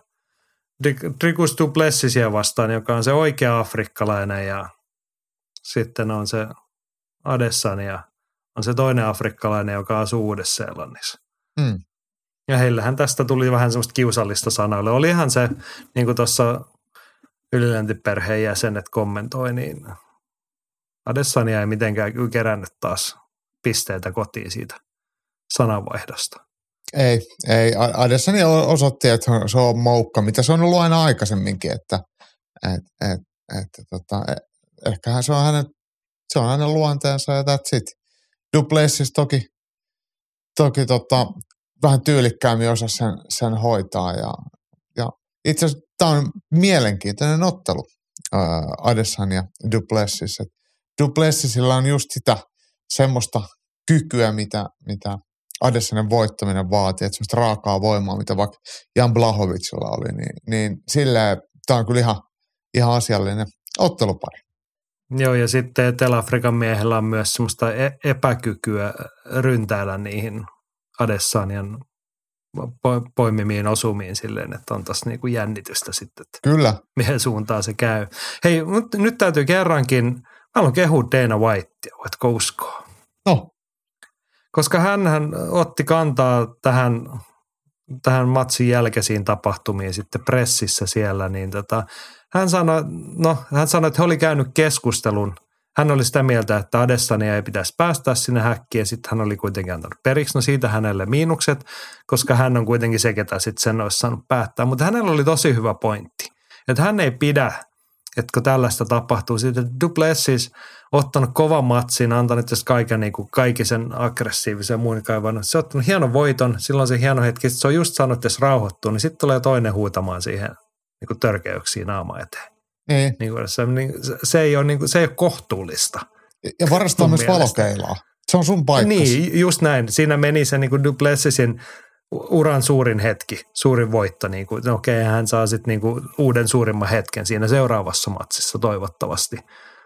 Dricus du Plessisia vastaan, joka on se oikea afrikkalainen ja sitten on se Adesanya, on se toinen afrikkalainen, joka asuu Uudessa-Seelannissa. Mm. Ja heillähän tästä tuli vähän semmoista kiusallista sanoille. Olihan se, niin kuin tuossa ylilöntiperheen jäsenet kommentoi, niin Adesanya ei mitenkään kerännyt taas pisteitä kotiin siitä sananvaihdosta. Ei, ei. Adesanya osoitti, että se on moukka, mitä se on ollut aina aikaisemminkin, että et, et, et, tota, ehkähän se on hänen, se on hänen luonteensa ja that's it. Du Plessis toki, toki tota, vähän tyylikkäämmin osa sen, sen hoitaa ja, ja itse asiassa tämä on mielenkiintoinen ottelu ää, Adesanya ja Du Plessis. Du Plessisillä on just sitä semmoista kykyä, mitä, mitä Adesanyan voittaminen vaatii, että semmoista raakaa voimaa, mitä vaikka Jan Blachowicilla oli, niin, niin silleen tämä on kyllä ihan, ihan asiallinen ottelupari. Joo, ja sitten Etelä-Afrikan miehellä on myös semmoista epäkykyä ryntäillä niihin Adesanyan poimimiin osumiin silleen, että on tossa niinku jännitystä sitten, että kyllä. Mihin suuntaan se käy. Hei, nyt täytyy kerrankin, mä haluan kehua Dana Whitea, voitko uskoa? No. Koska hänhän otti kantaa tähän, tähän matsin jälkeisiin tapahtumiin sitten pressissä siellä, niin tota, hän sanoi, no, hän sanoi, että he oli käynyt keskustelun. Hän oli sitä mieltä, että Adesanya ei pitäisi päästää sinne häkkiin, ja sitten hän oli kuitenkin antanut periksi. No siitä hänelle miinukset, koska hän on kuitenkin se, ketä sitten sen olisi saanut päättää. Mutta hänellä oli tosi hyvä pointti, että hän ei pidä, että kun tällaista tapahtuu. Sitten Du Plessis ottanut kovan matsin, antanut tästä kaiken, niin kuin kaikisen aggressiivisen muun kaivannut. Se on ottanut hienon voiton, silloin se hieno hetki, se on just saanut tässä rauhoittua, niin sitten tulee toinen huutamaan siihen niin kuin törkeyksiin naama eteen. Niin. Niin kuin se, niin, se, ei ole, niin kuin, se ei ole kohtuullista. Ja varastaa myös valokeilaa. Se on sun paikkas. Niin, just näin. Siinä meni se niin kuin Du Plessisin uran suurin hetki, suurin voitto. Niin kuin, no okei, hän saa sitten niin kuin uuden suurimman hetken siinä seuraavassa matsissa toivottavasti.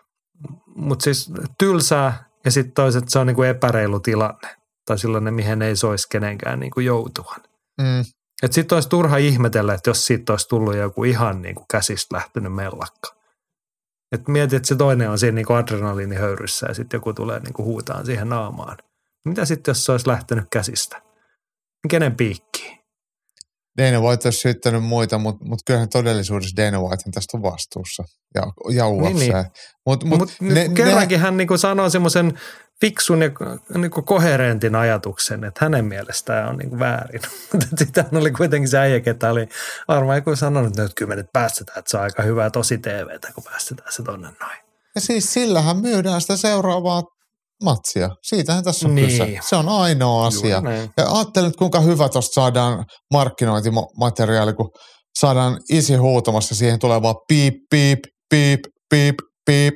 Mutta siis tylsää ja sitten toiset se on niin kuin epäreilu tilanne. Tai sellainen, mihin ei soisi kenenkään niin kuin joutua. Mm. Että sitten olisi turha ihmetellä, että jos siitä olisi tullut joku ihan niin kuin käsistä lähtenyt mellakka. Että mietit, että se toinen on siinä niin kuin adrenaliinihöyryssä ja sitten joku tulee niin kuin huutaan siihen naamaan. Mitä sitten, jos se olisi lähtenyt käsistä? Kenen piikkiin? Dana White olisi syyttänyt muita, mutta mut kyllähän todellisuudessa Dana White tästä on vastuussa ja, ja U F C. Niin, niin. Mutta mut, mut ne, kerrankin ne... hän niin kuin sanoo semmoisen fiksun ja niin kuin koherentin ajatuksen, että hänen mielestään on niin kuin väärin. Mutta sitten hän oli kuitenkin se äijä, ketä oli varmaan joku sanonut, että kyllä me nyt päästetään, että se on aika hyvää tosi T V:tä, kun päästetään se tonne noin. Ja siis sillähän myydään sitä seuraavaa matsia. Siitähän tässä on niin. kyse. Se on ainoa asia. Ja ajattelin, että kuinka hyvä tuosta saadaan markkinointimateriaali, kun saadaan isi huutamassa, siihen tulee vaan piip, piip, piip, piip, piip.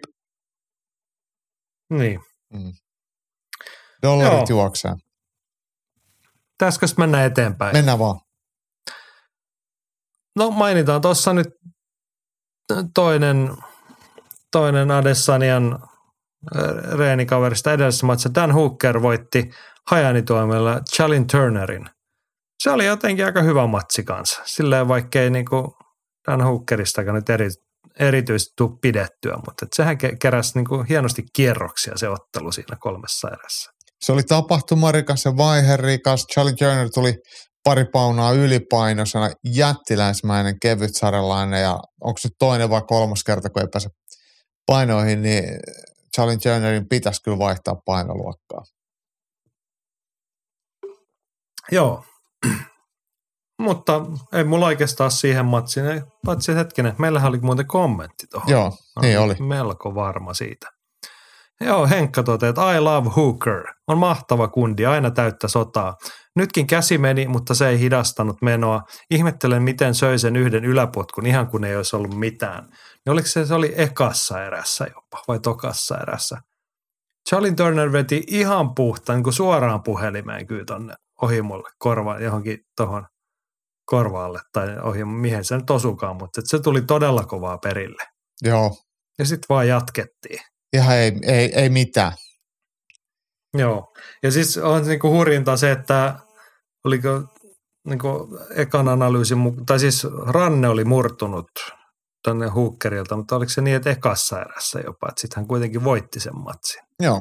Niin. Mm. Dollarit Joo. juoksee. Pitäisikö mennä eteenpäin? Mennään vaan. No mainitaan tuossa nyt toinen, toinen Adesanyan reenikaverista edellisessä matsissa. Dan Hooker voitti hajanituomilla Chalin Turnerin. Se oli jotenkin aika hyvä matsi kanssa. Silleen vaikkei niinku Dan Hookeristakaan nyt eri, erityisesti tule pidettyä, mutta sehän keräsi niinku hienosti kierroksia se ottelu siinä kolmessa erässä. Se oli tapahtumarikas ja vaiherikas. Chalin Turner tuli pari paunaa ylipainoisena, jättiläismäinen kevytsarjalainen ja onko se toinen vai kolmas kerta, kun ei pääse painoihin, niin Chalin Turnerin pitäisi kyllä vaihtaa painoluokkaa. Joo, mutta ei mulla oikeastaan siihen matsiin, ei, paitsi hetkinen, meillähän oli muuten kommentti tuohon. Joo, niin oli. Melko varma siitä. Joo, Henkka toteaa, että I love Hooker. On mahtava kundi, aina täyttä sotaa. Nytkin käsi meni, mutta se ei hidastanut menoa. Ihmettelen, miten söi sen yhden yläpotkun, ihan kun ei olisi ollut mitään. Niin oliko se, se oli ekassa erässä jopa, vai tokassa erässä? Chalin Turner veti ihan puhtaan, niin kuin suoraan puhelimeen kyllä tonne ohimolle, korva, johonkin tuohon korvaalle tai ohi, mihin se nyt osukaan, mutta se tuli todella kovaa perille. Joo. Ja sitten vaan jatkettiin. Ihan ei, ei, ei mitään. Joo. Ja siis on niinku hurjinta se, että oliko niinku ekan analyysin, tai siis ranne oli murtunut tänne Hookerilta, mutta oliko se niin, että ekassa erässä jopa, että sitten hän kuitenkin voitti sen matsin. Joo.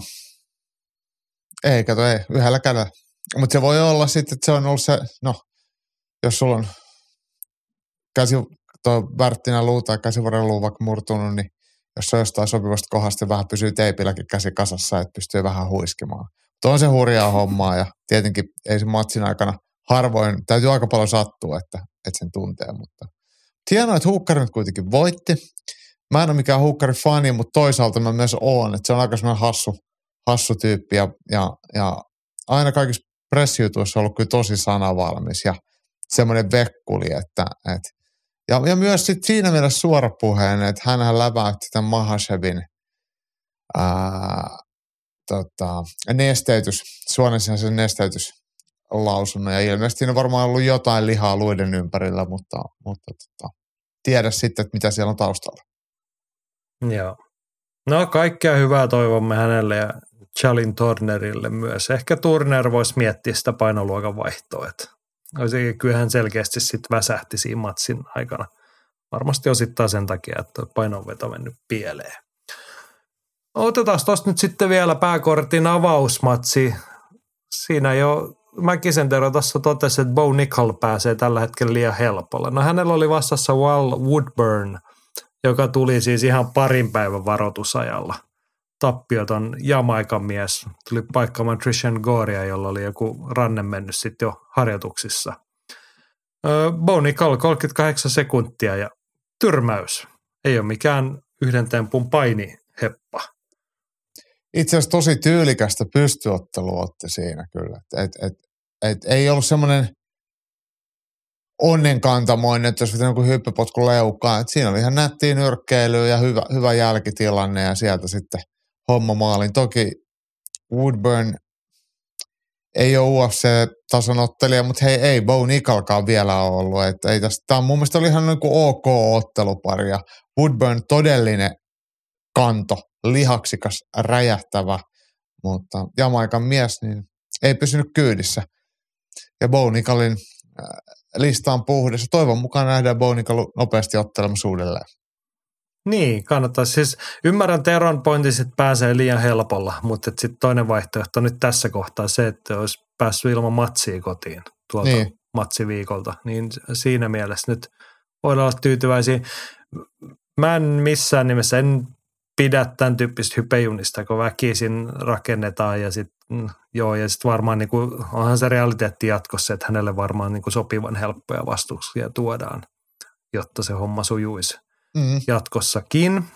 Ei, kato, ei, yhdellä kädellä. Mutta se voi olla sitten, että se on ollut se, no, jos sulla on käsi, tuo värttinä luu tai käsivarren luu vaikka murtunut, niin jos se on jostain sopivasta kohdasta, vähän pysyy teipilläkin käsi kasassa, että pystyy vähän huiskimaan. Mutta on se hurjaa hommaa ja tietenkin ei se matsin aikana harvoin, täytyy aika paljon sattua, että, että sen tuntee, mutta hienoa, että Hooker nyt kuitenkin voitti. Mä en ole mikään Hookerin fani, mutta toisaalta mä myös oon, että se on aika semmoinen hassu, hassu tyyppi ja, ja, ja aina kaikissa pressijutuissa on ollut kyllä tosi sanavalmis ja semmoinen vekkuli, että, että ja, ja myös sit siinä mielessä suorapuheinen, että hänhän läväytti tämän Mahashevin ää, tota, nesteytys, suonensihaisen nesteytyslausunnon ja ilmeisesti siinä on varmaan ollut jotain lihaa luiden ympärillä, mutta, mutta tota, tiedä sitten, että mitä siellä on taustalla. Joo. No kaikkea hyvää toivomme hänelle ja Jalin Turnerille myös. Ehkä Turner voisi miettiä sitä painoluokan vaihtoa, että olisi, kyllähän selkeästi sitten väsähti siinä matsin aikana. Varmasti osittain sen takia, että painonveto on mennyt pieleen. Otetaan tuosta nyt sitten vielä pääkortin avausmatsi. Siinä jo McIntyre tuossa totesi, että Bo Nickal pääsee tällä hetkellä liian helpolla. No hänellä oli vastassa Wal Woodburn, joka tuli siis ihan parin päivän varoitusajalla. Tappioton Jamaikan mies tuli paikkaamaan Trishan Gorea, jolla oli joku ranne mennyt sitten jo harjoituksissa. Bo Nickal kolmekymmentäkahdeksan sekuntia ja tyrmäys. Ei ole mikään yhden tempun painiheppa. Itse asiassa tosi tyylikästä pystyottelua otti siinä kyllä. Et, et, et, ei ollut semmoinen onnenkantamoinen, että jos vetää joku hyppypotku leukaan. Et siinä oli ihan nättiä nyrkkeilyä ja hyvä, hyvä jälkitilanne ja sieltä sitten homma maalin. Toki Woodburn ei ole U F C-tason ottelija, mutta hei, ei Bo Nickalkaan vielä ole ollut. Et ei tästä, tämä on mun mielestä oli ihan niin kuin ok ottelupari ja Woodburn todellinen kanto, lihaksikas, räjähtävä, mutta Jamaikan mies niin ei pysynyt kyydissä. Ja Bo Nickalin lista on puhdas. Toivon mukaan nähdään Bo Nickal nopeasti ottelemassa uudelleen. Niin, kannattaa. Siis ymmärrän Teron pointin, että pääsee liian helpolla, mutta sitten toinen vaihtoehto nyt tässä kohtaa se, että olisi päässyt ilman matsia kotiin tuolta niin. matsiviikolta. Niin siinä mielessä nyt voidaan olla tyytyväisiä. Mä en missään nimessä, en pidä tämän tyyppistä hypejunista, kun väkisin rakennetaan ja sitten joo, ja sitten varmaan niin kuin, onhan se realiteetti jatkossa, että hänelle varmaan niin kuin sopivan helppoja vastuuksia tuodaan, jotta se homma sujuisi mm-hmm. jatkossakin.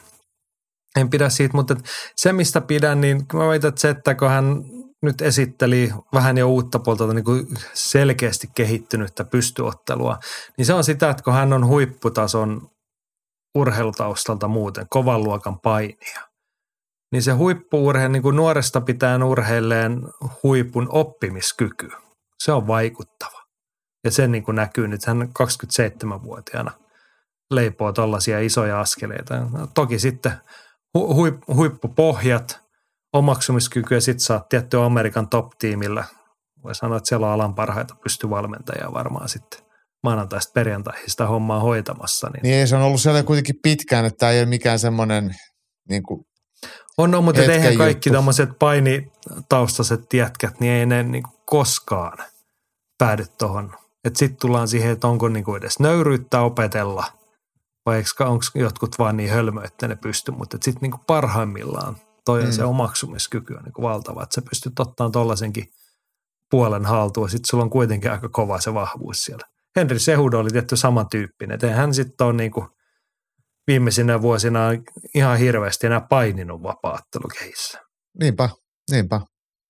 En pidä siitä, mutta se mistä pidän, niin mä väitän, että se, että kun hän nyt esitteli vähän jo uutta puolta niin kuin selkeästi kehittynyttä pystyottelua, niin se on sitä, että kun hän on huipputason urheilutaustalta muuten, kovan luokan painija, niin se huippu-urhe, niin kuin nuoresta pitäen urheilleen huipun oppimiskyky, se on vaikuttava. Ja se niin kuin näkyy nyt, hän kaksikymmentäseitsemänvuotiaana leipoo tollaisia isoja askeleita. No, toki sitten hu- hu- huippupohjat, omaksumiskyky ja sitten saat tiettyä Amerikan top-tiimillä. Voi sanoa, että siellä on alan parhaita pystyvalmentajia varmaan sitten maanantaista perjantaihin sitä hommaa hoitamassa. Niin, niin se on ollut siellä kuitenkin pitkään, että tämä ei ole mikään semmoinen niin kuin on, no, mutta eihän kaikki tämmöiset painitaustaiset jätkät, niin ei ne niin kuin koskaan päädy tuohon. Että sitten tullaan siihen, että onko niin kuin edes nöyryyttä opetella, vai onko jotkut vaan niin hölmö, että ne pystyy. Mutta sitten niin kuin parhaimmillaan toi mm. se omaksumiskyky on niin kuin valtava, että sä pystyt ottamaan tollaisenkin puolen haltuun. Sitten sulla on kuitenkin aika kova se vahvuus siellä. Henry Cejudo oli tietty samantyyppinen. Että hän sitten on niin kuin viimeisinä vuosina ihan hirveästi enää paininut vapaa-ottelukehissä. Niinpä, niinpä.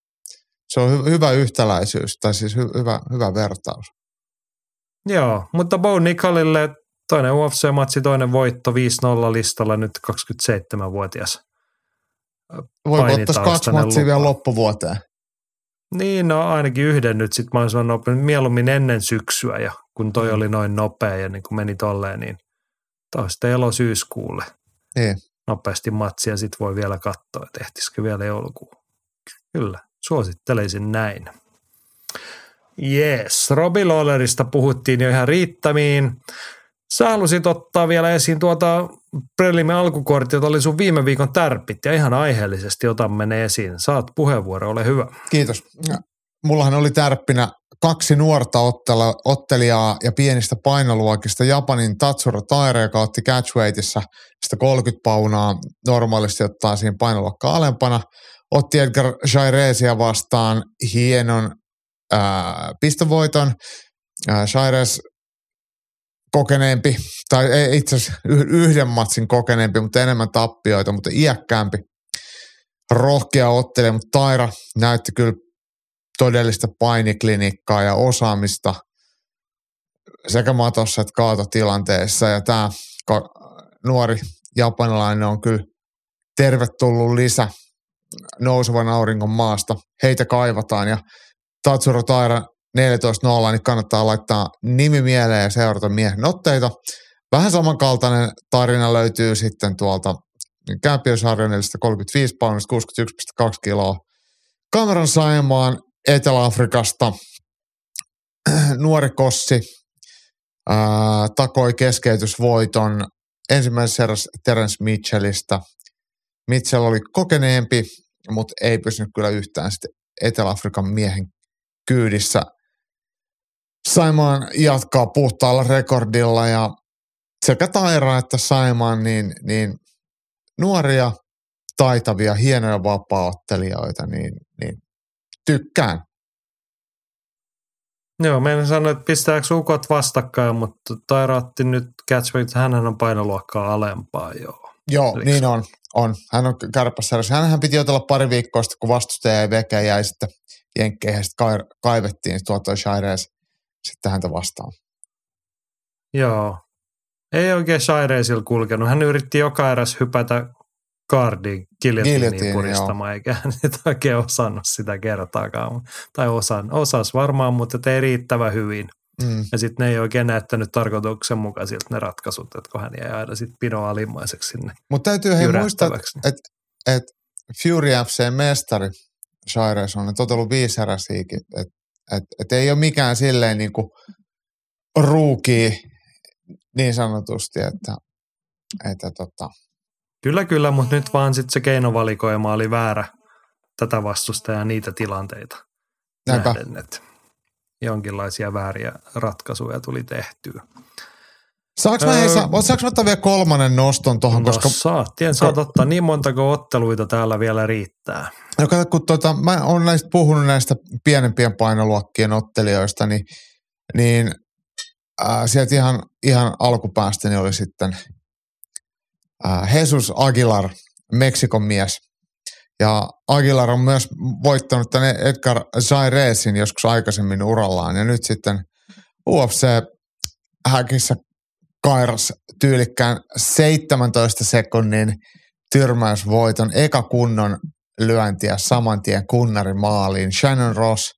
Se on hy- hyvä yhtäläisyys, tai siis hy- hyvä, hyvä vertaus. Joo, mutta Bo Nickalille toinen U F C-matsi, toinen voitto viisi nolla listalla, nyt kaksikymmentäseitsemänvuotias Voi ottaa kaksi matsia vielä loppuvuoteen. Niin, no ainakin yhden nyt sitten mä oon sanonut mieluummin ennen syksyä ja kun toi oli noin nopea ja niin kun meni tolleen, niin taas sitten elo-syyskuulle Niin. nopeasti matsia, sit voi vielä katsoa, että ehtisikö vielä joulukuun. Kyllä, suosittelisin näin. Jees, Robbie Lawlerista puhuttiin jo ihan riittämiin. Sä halusit ottaa vielä esiin tuota prelimin alkukortit, oli sun viime viikon tärpit ja ihan aiheellisesti otamme ne esiin. Saat puheenvuoro, ole hyvä. Kiitos. Mullahan oli tärppinä kaksi nuorta ottela, ottelijaa ja pienistä painoluokista. Japanin Tatsuro Taira, joka otti catchweightissa sitä kolmekymmentä paunaa, normaalisti ottaa siinä painoluokkaa alempana. Otti Edgar Jairesia vastaan hienon ää, pistovoiton. Ää, Jaires kokeneempi, tai ei itse asiassa yhden matsin kokeneempi, mutta enemmän tappioita, mutta iäkkäämpi. Rohkea ottelija, mutta Taira näytti kyllä todellista painiklinikkaa ja osaamista sekä matossa että kaatotilanteessa. Ja tämä nuori japanilainen on kyllä tervetullut lisä nousevan auringon maasta. Heitä kaivataan ja Tatsuro Taira neljätoista nolla, niin kannattaa laittaa nimi mieleen ja seurata miehen otteita. Vähän samankaltainen tarina löytyy sitten tuolta Kääpiösarjan kolmekymmentäviisi paunista kuusikymmentäyksi pilkku kaksi kiloa. Cameron Saemaan Etelä-Afrikasta nuori kossi ää, takoi keskeytysvoiton ensimmäisessä erässä Terence Mitchellistä. Mitchell oli kokeneempi, mutta ei pysynyt kyllä yhtään sitten Etelä-Afrikan miehen kyydissä. Saimaan jatkaa puhtaalla rekordilla ja sekä Taira että Saimaan niin, niin nuoria, taitavia, hienoja vapaa-ottelijoita, niin, niin tykkään. Joo, meidän sanoi, että pistääkö ukot vastakkain, mutta Taira otti nyt catchweight, hänhän on painoluokkaa alempaa, joo. Joo, Elikö? niin on, on. Hän on kärpässärässä. Hänhän piti otella pari viikkoa sitten, kun vastustaja ei vekeä jäi sitten jenkkeihin, sitten kaivettiin tuolta Jaires sitten häntä vastaan. Joo. Ei oikein Jairesilla kulkenut. Hän yritti joka eräs hypätä kaardiin giljotiiniin puristamaan, eikä hän nyt oikein osannut sitä kertaakaan. Tai osan, osas varmaan, mutta ei riittävän hyvin. Mm. Ja sitten ne ei oikein näyttänyt tarkoituksenmukaisilta ne ratkaisut, että kun hän jäi aina sitten pidon alimmaiseksi sinne. Mutta täytyy hei muistaa, että et Fury F C mestari Jaires on totellut viisi eräsiäkin. Että et, et ei ole mikään silleen niin kuin ruukii niin sanotusti, että, että tota. Kyllä, kyllä, mutta nyt vaan sitten se keinovalikoima oli väärä tätä vastustajaa niitä tilanteita. Näinpä. Nähden, että jonkinlaisia vääriä ratkaisuja tuli tehtyä. Saanko mä, öö, saa, saanko mä ottaa vielä kolmannen noston tuohon? No koska saat, tien saat ottaa niin montako otteluita täällä vielä riittää. No kato, kun tota, mä oon näistä puhunut näistä pienempien painoluokkien ottelijoista, niin, niin äh, sieltä ihan, ihan alkupäästä niin oli sitten äh, Jesus Aguilar, Meksikon mies. Ja Aguilar on myös voittanut tänne Edgar Jairesin joskus aikaisemmin urallaan. Ja nyt sitten U F C-häkissä kairas tyylikkään seitsemäntoista sekunnin tyrmäysvoiton, eka kunnon lyöntiä saman tien kunnarin maaliin. Shannon Ross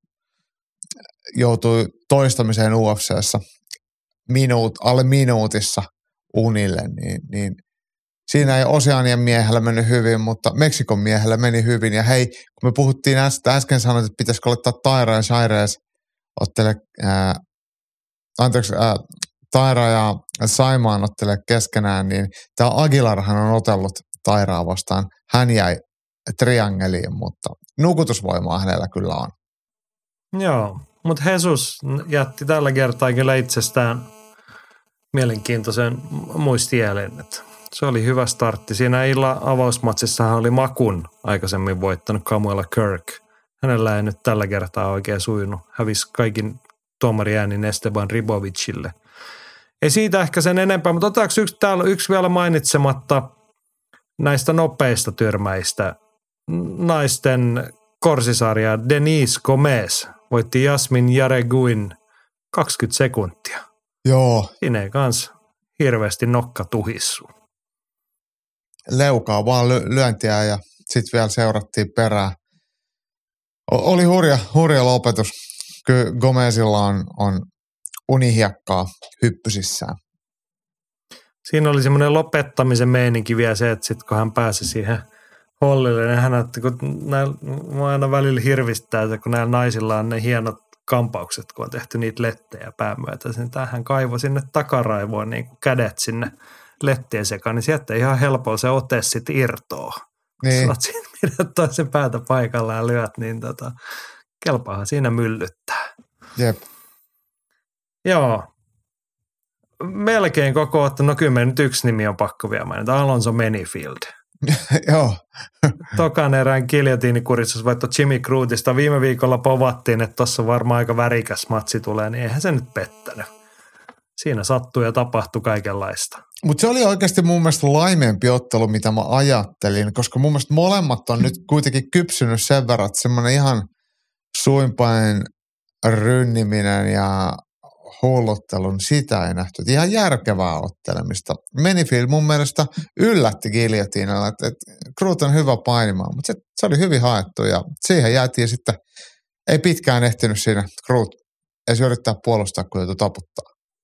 joutui toistamiseen U F C:ssä minuut, alle minuutissa unille, niin, niin siinä ei Oseanian miehellä mennyt hyvin, mutta Meksikon miehellä meni hyvin. Ja hei, kun me puhuttiin äsken, äsken sanoit, että pitäisikö laittaa Taira ja Jaires ottele, ää, anteeksi, ää, Taira ja Saimaan ottele keskenään, niin tämä Aguilarhan on otellut Tairaa vastaan. Hän jäi triangeliin, mutta nukutusvoimaa hänellä kyllä on. Joo, mutta Jesus jätti tällä kertaa kyllä itsestään mielenkiintoisen muistielen, että se oli hyvä startti. Siinä illan avausmatsissahan oli Makun aikaisemmin voittanut Kamuela Kirk. Hänellä ei nyt tällä kertaa oikein sujunut. Hävisi kaikin tuomariäänin Esteban Ribovicille. Ei siitä ehkä sen enempää, mutta otetaanko yksi, täällä yksi vielä mainitsematta näistä nopeista tyrmäistä. Naisten korsisarja Denise Gomez voitti Jasmin Jareguin kaksikymmentä sekuntia. Joo. Siinä ei kans hirveästi nokka tuhissu. Leukaa vaan ly- lyöntiä ja sitten vielä seurattiin perään. O- oli hurja, hurja lopetus. Kyllä Gomezilla on, on unihiekkaa hyppysissään. Siinä oli semmoinen lopettamisen meininki vielä se, että sitten kun hän pääsi siihen hollille, niin hän otti, kun näillä, mä aina välillä hirvistää, että kun näillä naisilla on ne hienot kampaukset, kun on tehty niitä lettejä päämyötä, niin tämähän kaivoi sinne takaraivoon niin kuin kädet sinne lettien sekaan, niin sieltä ihan helpolla se ote sitten irtoaa. Niin. Saat siinä pidät toisen päätä paikalla ja lyöt, niin tota, kelpaahan siinä myllyttää. Jep. Joo. Melkein koko ottanut, no kyllä nyt yksi nimi on pakko vielä mainita, Alonso Menifield. Joo. Tokan erään kiljotiinikurissa voitto Jimmy Crutista. Viime viikolla povattiin, että tuossa varmaan aika värikäs matsi tulee, niin eihän se nyt pettänyt. Siinä sattuu ja tapahtui kaikenlaista. Mutta se oli oikeasti mun mielestä laimeempi ottelu, mitä mä ajattelin, koska mun mielestä molemmat on nyt kuitenkin kypsynyt sen verran, että semmoinen ihan suinpäin rynniminen ja hullottelun, sitä ei nähty. Ihan järkevää ottelemista. Menifield mun mielestä yllätti giljotiinalla, että, että Crute on hyvä painimaan, mutta se, se oli hyvin haettu ja siihen jäätiin sitten, ei pitkään ehtinyt siinä Crute edes yrittää puolustaa, kun joutui taputtaa.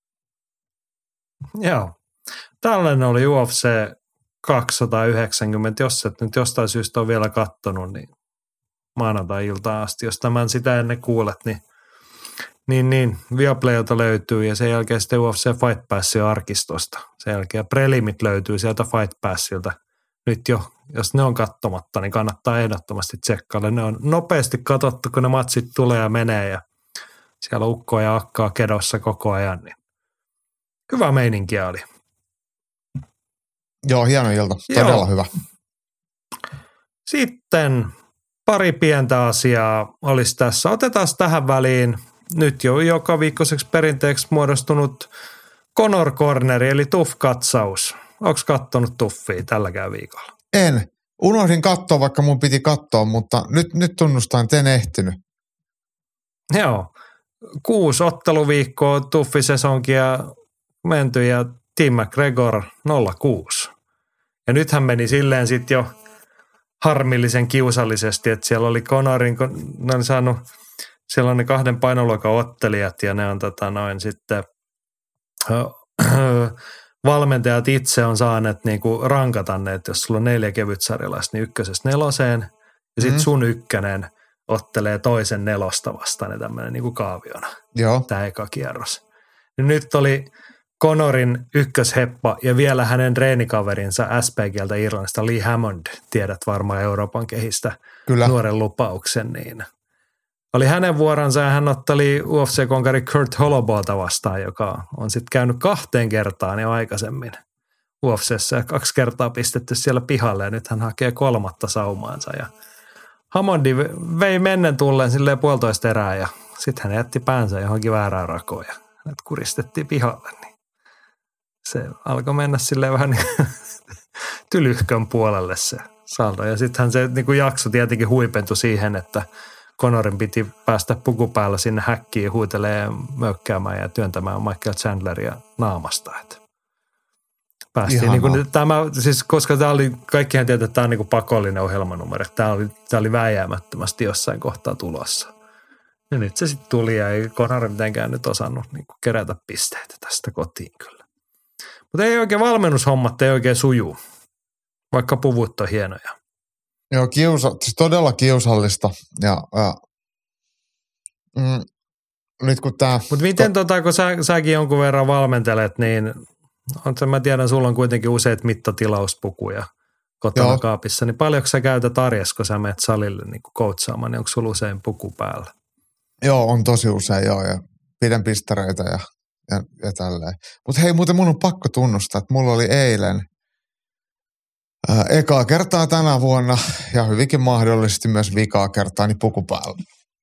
Joo. Tällainen oli U F C kaksisataayhdeksänkymmentä, jos et nyt jostain syystä on vielä kattonut, niin maanantai-iltaan asti, jos tämän sitä ennen kuulet, niin Niin, niin. Viaplaylta löytyy ja sen jälkeen sitten U F C Fight Passin arkistosta. Sen jälkeen prelimit löytyy sieltä Fight Passilta. Nyt jo, jos ne on katsomatta, niin kannattaa ehdottomasti tsekkailla. Ne on nopeasti katsottu, kun ne matsit tulee ja menee ja siellä ukkoa ja akkaa kedossa koko ajan. Niin hyvä meininkiä oli. Joo, hieno ilta. Todella Joo. Hyvä. Sitten pari pientä asiaa olisi tässä. Otetaan tähän väliin. Nyt jo joka viikkoiseksi perinteeksi muodostunut Conor Corneri, eli Tuff-katsaus. Onko kattonut Tuffia tälläkään viikolla? En. Unohdin katsoa, vaikka mun piti katsoa, mutta nyt, nyt tunnustan, että en ehtinyt. Joo. Kuusi otteluviikkoa Tuffisesonkia menty ja Tim McGregor nolla kuusi. Ja nythän meni silleen sitten jo harmillisen kiusallisesti, että siellä oli Conorin, ne on saanut, siellä on ne kahden painoluokan ottelijat ja ne on tota noin sitten valmentajat itse on saaneet niinku rankata ne, että jos sulla on neljä kevytsarjalaista, niin ykkösestä neloseen ja sitten mm. sun ykkönen ottelee toisen nelosta vastaan ja tämmöinen niinku kaaviona. Joo. Tämä eka kierros. Nyt oli Conorin ykkösheppa ja vielä hänen treenikaverinsa S P G:ltä Irlannista Lee Hammond, tiedät varmaan Euroopan kehistä Kyllä. nuoren lupauksen, niin oli hänen vuoronsa ja hän otteli U F C-konkari Kurt Hollowayta vastaan, joka on sitten käynyt kahteen kertaan jo aikaisemmin U F C:ssä ja kaksi kertaa pistetty siellä pihalle ja nyt hän hakee kolmatta saumaansa ja Hammondi vei mennen tulleen silleen puolitoista erää ja sitten hän jätti päänsä johonkin väärään rakoon ja hänet kuristettiin pihalle, niin se alkoi mennä silleen vähän niin tylyhkön puolelle se saldo. Ja sittenhän se niin kuin jakso tietenkin huipentui siihen, että Conorin piti päästä pukupäällä sinne häkkiin huutelemaan, mökkäämään ja työntämään Michael Chandleria naamasta. Että päästiin niin kuin, tämä, siis koska tämä oli, kaikkihan tietää, että tämä on niin kuin pakollinen ohjelmanumero. Tämä oli, tämä oli vääjäämättömästi jossain kohtaa tulossa. Ja nyt se sitten tuli ja ei Conor mitenkään nyt osannut niin kuin kerätä pisteitä tästä kotiin kyllä. Mutta ei oikein valmennushommat, ei oikein sujuu, vaikka puvut on hienoja. Joo, kiusa, siis todella kiusallista. Ja, ja mm, nyt kun tämä... Mutta miten to... tota, kun sä, säkin jonkun verran valmentelet, niin on, mä tiedän, sulla on kuitenkin useita mittatilauspukuja kotona Joo. kaapissa, niin paljonko sä käytät arjessa, kun sä menet salille niin koutsaamaan, niin onko sulla usein puku päällä? Joo, on tosi usein joo, ja pidän pistareita ja, ja, ja tälleen. Mutta hei, muuten mun on pakko tunnustaa, että mulla oli eilen ää, ekaa kertaa tänä vuonna ja hyvinkin mahdollisesti myös vikaa kertaa niin puku päällä.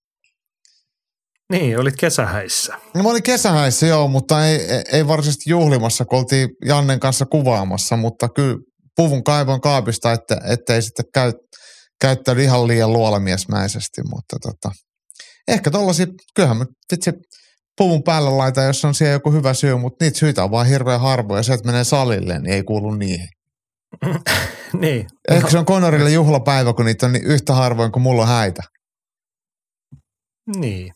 Niin, olit kesähäissä. No mä olin kesähäissä joo, mutta ei, ei varsinaisesti juhlimassa, kun oltiin Jannen kanssa kuvaamassa, mutta kyllä puvun kaivoin kaapista, että, ettei sitten käy, käyttänyt ihan liian luolamiesmäisesti, mutta tota, ehkä tollaisia, kyllähän mä vitsi puvun päälle laitan, jos on siellä joku hyvä syy, mutta niitä syitä on vaan hirveän harvoja, ja se, että menee salille, niin ei kuulu niihin. Niin. Ehkä se on Conorille juhlapäivä, kun niitä on niin yhtä harvoin kuin mulla on häitä. Niin.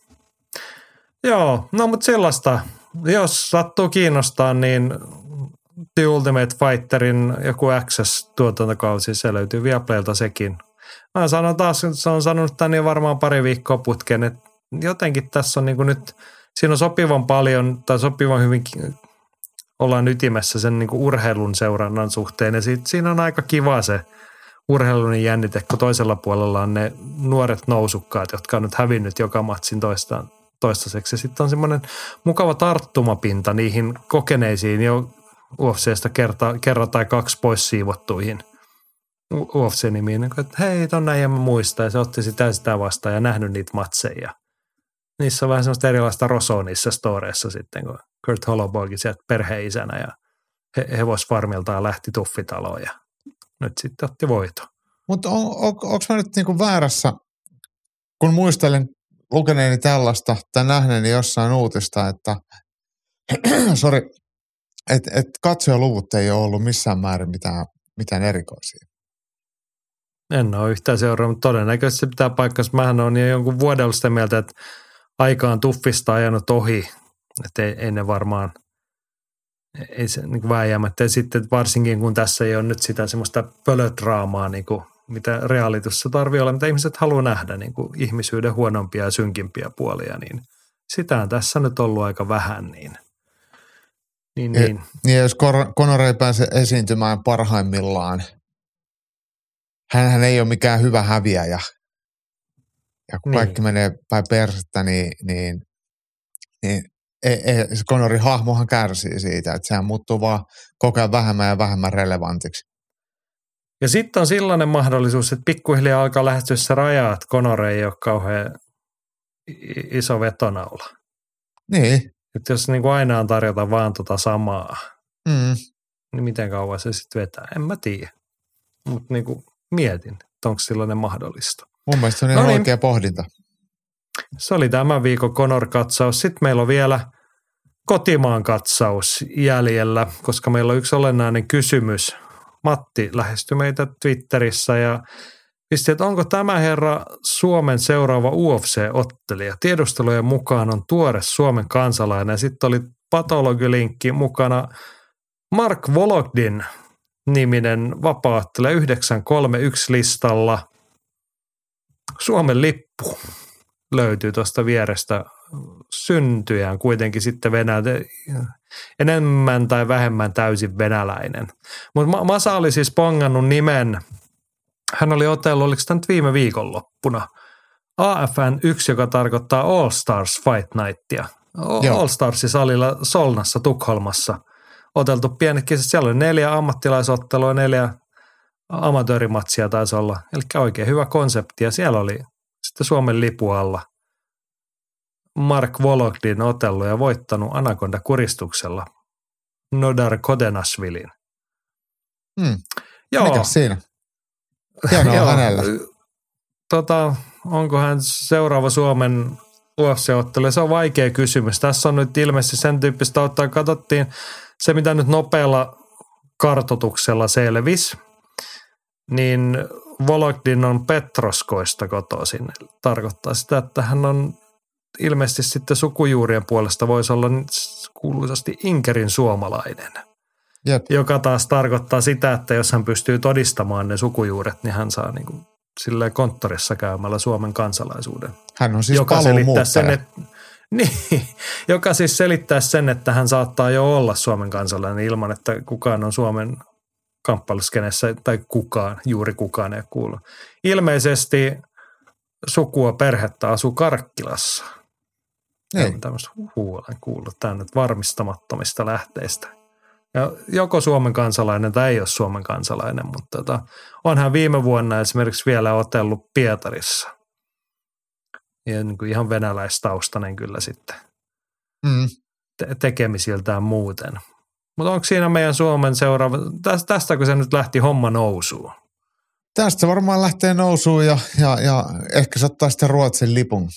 Joo, no mutta sellaista, jos sattuu kiinnostaa, niin The Ultimate Fighterin joku Access-tuotantokausi, se löytyy Viaplaylta sekin. Mä sanon taas, se on sanonut tän jo varmaan pari viikkoa putkeen, että jotenkin tässä on niin kuin nyt, siinä on sopivan paljon, tai sopivan hyvin ollaan ytimessä sen niin kuin urheilun seurannan suhteen, ja siitä, siinä on aika kiva se urheilun jännite, kun toisella puolella on ne nuoret nousukkaat, jotka on nyt hävinnyt joka matsin toistaan, toistaiseksi. Ja sitten on semmoinen mukava tarttumapinta niihin kokeneisiin jo U F C:stä kerta, kerran tai kaksi pois siivottuihin U F C-nimiin. Että hei, ton näin mä muistan, ja se otti sitä sitä vastaan ja nähnyt niitä matseja. Niissä on vähän semmoista erilaista rosoa niissä storeissa sitten, kun Kurt Hollowaykin sieltä perheisänä ja he, hevosfarmiltaan lähti tuffitaloon ja nyt sitten otti voito. Mutta on, on, onko mä nyt niinku väärässä, kun muistelen lukeneeni tällaista tai nähneeni jossain uutista, että sorry, että et katsojaluvut ei ole ollut missään määrin mitään, mitään erikoisia. En ole yhtään seurannut, mutta todennäköisesti se pitää paikkansa. Mähän on jo jonkun vuoden ollut sitä mieltä, että aika on tuffista ajanut ohi, että ei, ei ne varmaan, ei se niin kuin vääjäämättä. Ja sitten varsinkin kun tässä ei ole nyt sitä semmoista pölödraamaa, niin kuin mitä reaalitussa tarvii olla, mitä ihmiset haluaa nähdä, niin kuin ihmisyyden huonompia ja synkimpiä puolia, niin sitä on tässä nyt ollut aika vähän. Niin, niin, ja, niin. niin jos Conor ei pääse esiintymään parhaimmillaan, hänhän ei ole mikään hyvä häviäjä. Ja kun niin. kaikki menee päin persettä, niin, niin, niin ei, ei, se Conorin hahmohan kärsii siitä, että sehän muuttuu vaan koko ajan vähemmän ja vähemmän relevantiksi. Ja sitten on sellainen mahdollisuus, että pikkuhiljaa alkaa lähestyä se raja, että Conor ei ole kauhean iso vetonaula. Niin. Että jos niin kuin aina on tarjota vaan tota samaa, mm. niin miten kauan se sitten vetää? En mä tiedä. Mutta niin kuin mietin, että onko sellainen mahdollista. Mun mielestä se on ihan no niin. oikea pohdinta. Se oli tämän viikon Conor-katsaus. Sitten meillä on vielä kotimaan katsaus jäljellä, koska meillä on yksi olennainen kysymys. Matti lähestyi meitä Twitterissä ja pisti, että onko tämä herra Suomen seuraava U F C-ottelija. Tiedustelujen mukaan on tuore Suomen kansalainen. Ja sitten oli patologilinkki mukana Mark Vologdin niminen vapaa-ottelija yhdeksän kolme yksi listalla. Suomen lippu löytyy tuosta vierestä syntyjään kuitenkin sitten Venäjä, enemmän tai vähemmän täysin venäläinen. Mutta Masa oli siis pongannut nimen, hän oli otellut, oliko tämä nyt viime viikonloppuna, A F N yksi, joka tarkoittaa All Stars Fight Nightia. All Starsin salilla Solnassa, Tukholmassa. Oteltu pienet kisat, siellä oli neljä ammattilaisottelua, neljä amatöörimatsia taisi olla. Eli oikein hyvä konsepti ja siellä oli sitten Suomen lipu alla Mark Vologdin otellut ja voittanut Anaconda-kuristuksella Nodar Kodenashvilin. Hmm. Joo. Mikäs siinä? Hienoa hänellä. Tota, onko hän seuraava Suomen U F C-ottelu? Se on vaikea kysymys. Tässä on nyt ilmeisesti sen tyyppistä ottaa. Katsottiin se, mitä nyt nopealla kartoituksella selvisi, niin Vologdin on Petroskoista kotoisin. Tarkoittaa sitä, että hän on ilmeisesti sitten sukujuurien puolesta voisi olla kuuluisasti Inkerin suomalainen. Jep. Joka taas tarkoittaa sitä, että jos hän pystyy todistamaan ne sukujuuret, niin hän saa niin kuin silleen konttorissa käymällä Suomen kansalaisuuden. Hän on siis paluumuuttaja. Sen, että, niin, joka siis selittää sen, että hän saattaa jo olla Suomen kansalainen ilman, että kukaan on Suomen kamppailuskenessä tai kukaan, juuri kukaan ei kuulu. Ilmeisesti sukua perhettä asuu Karkkilassa. Ei. Tämmöistä huulen kuullut. Tämä on nyt varmistamattomista lähteistä. Ja joko Suomen kansalainen tai ei ole Suomen kansalainen, mutta tota, on hän viime vuonna esimerkiksi vielä otellut Pietarissa. Ja niin kuin ihan venäläistaustainen kyllä sitten mm. te- tekemisiltään muuten. Mutta onko siinä meidän Suomen seuraava, tästä, tästäkö se nyt lähti homma nousuun? Tästä se varmaan lähtee nousuun ja, ja, ja ehkä se ottaa sitten Ruotsin lipun.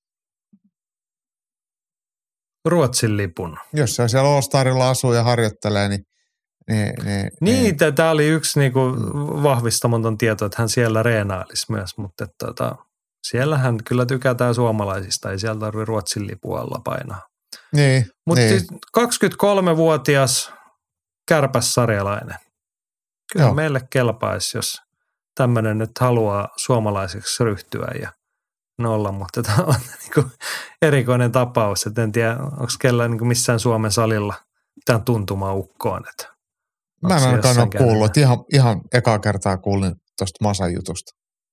Ruotsin lipun. Jos se siellä All-Starilla asuu ja harjoittelee, niin... Niin, niin, niin, niin. Tämä oli yksi niinku vahvistamaton tieto, että hän siellä reenailisi myös, mutta että, tota, Siellähän kyllä tykätään suomalaisista, ei siellä tarvitse Ruotsin lipun alla painaa. Niin, Mutta niin. siis kaksikymmentäkolmevuotias kärpässarjalainen. Kyllä Joo. meille kelpaisi, jos tämmöinen nyt haluaa suomalaiseksi ryhtyä ja nolla, mutta tämä on niin erikoinen tapaus. Et en tiedä, onko kellään niin missään Suomen salilla mitään tuntumaa ukkoon. Että Mä en se ainakaan jossain ole kuullut, että ihan, ihan ekaa kertaa kuulin tuosta Masan jutusta.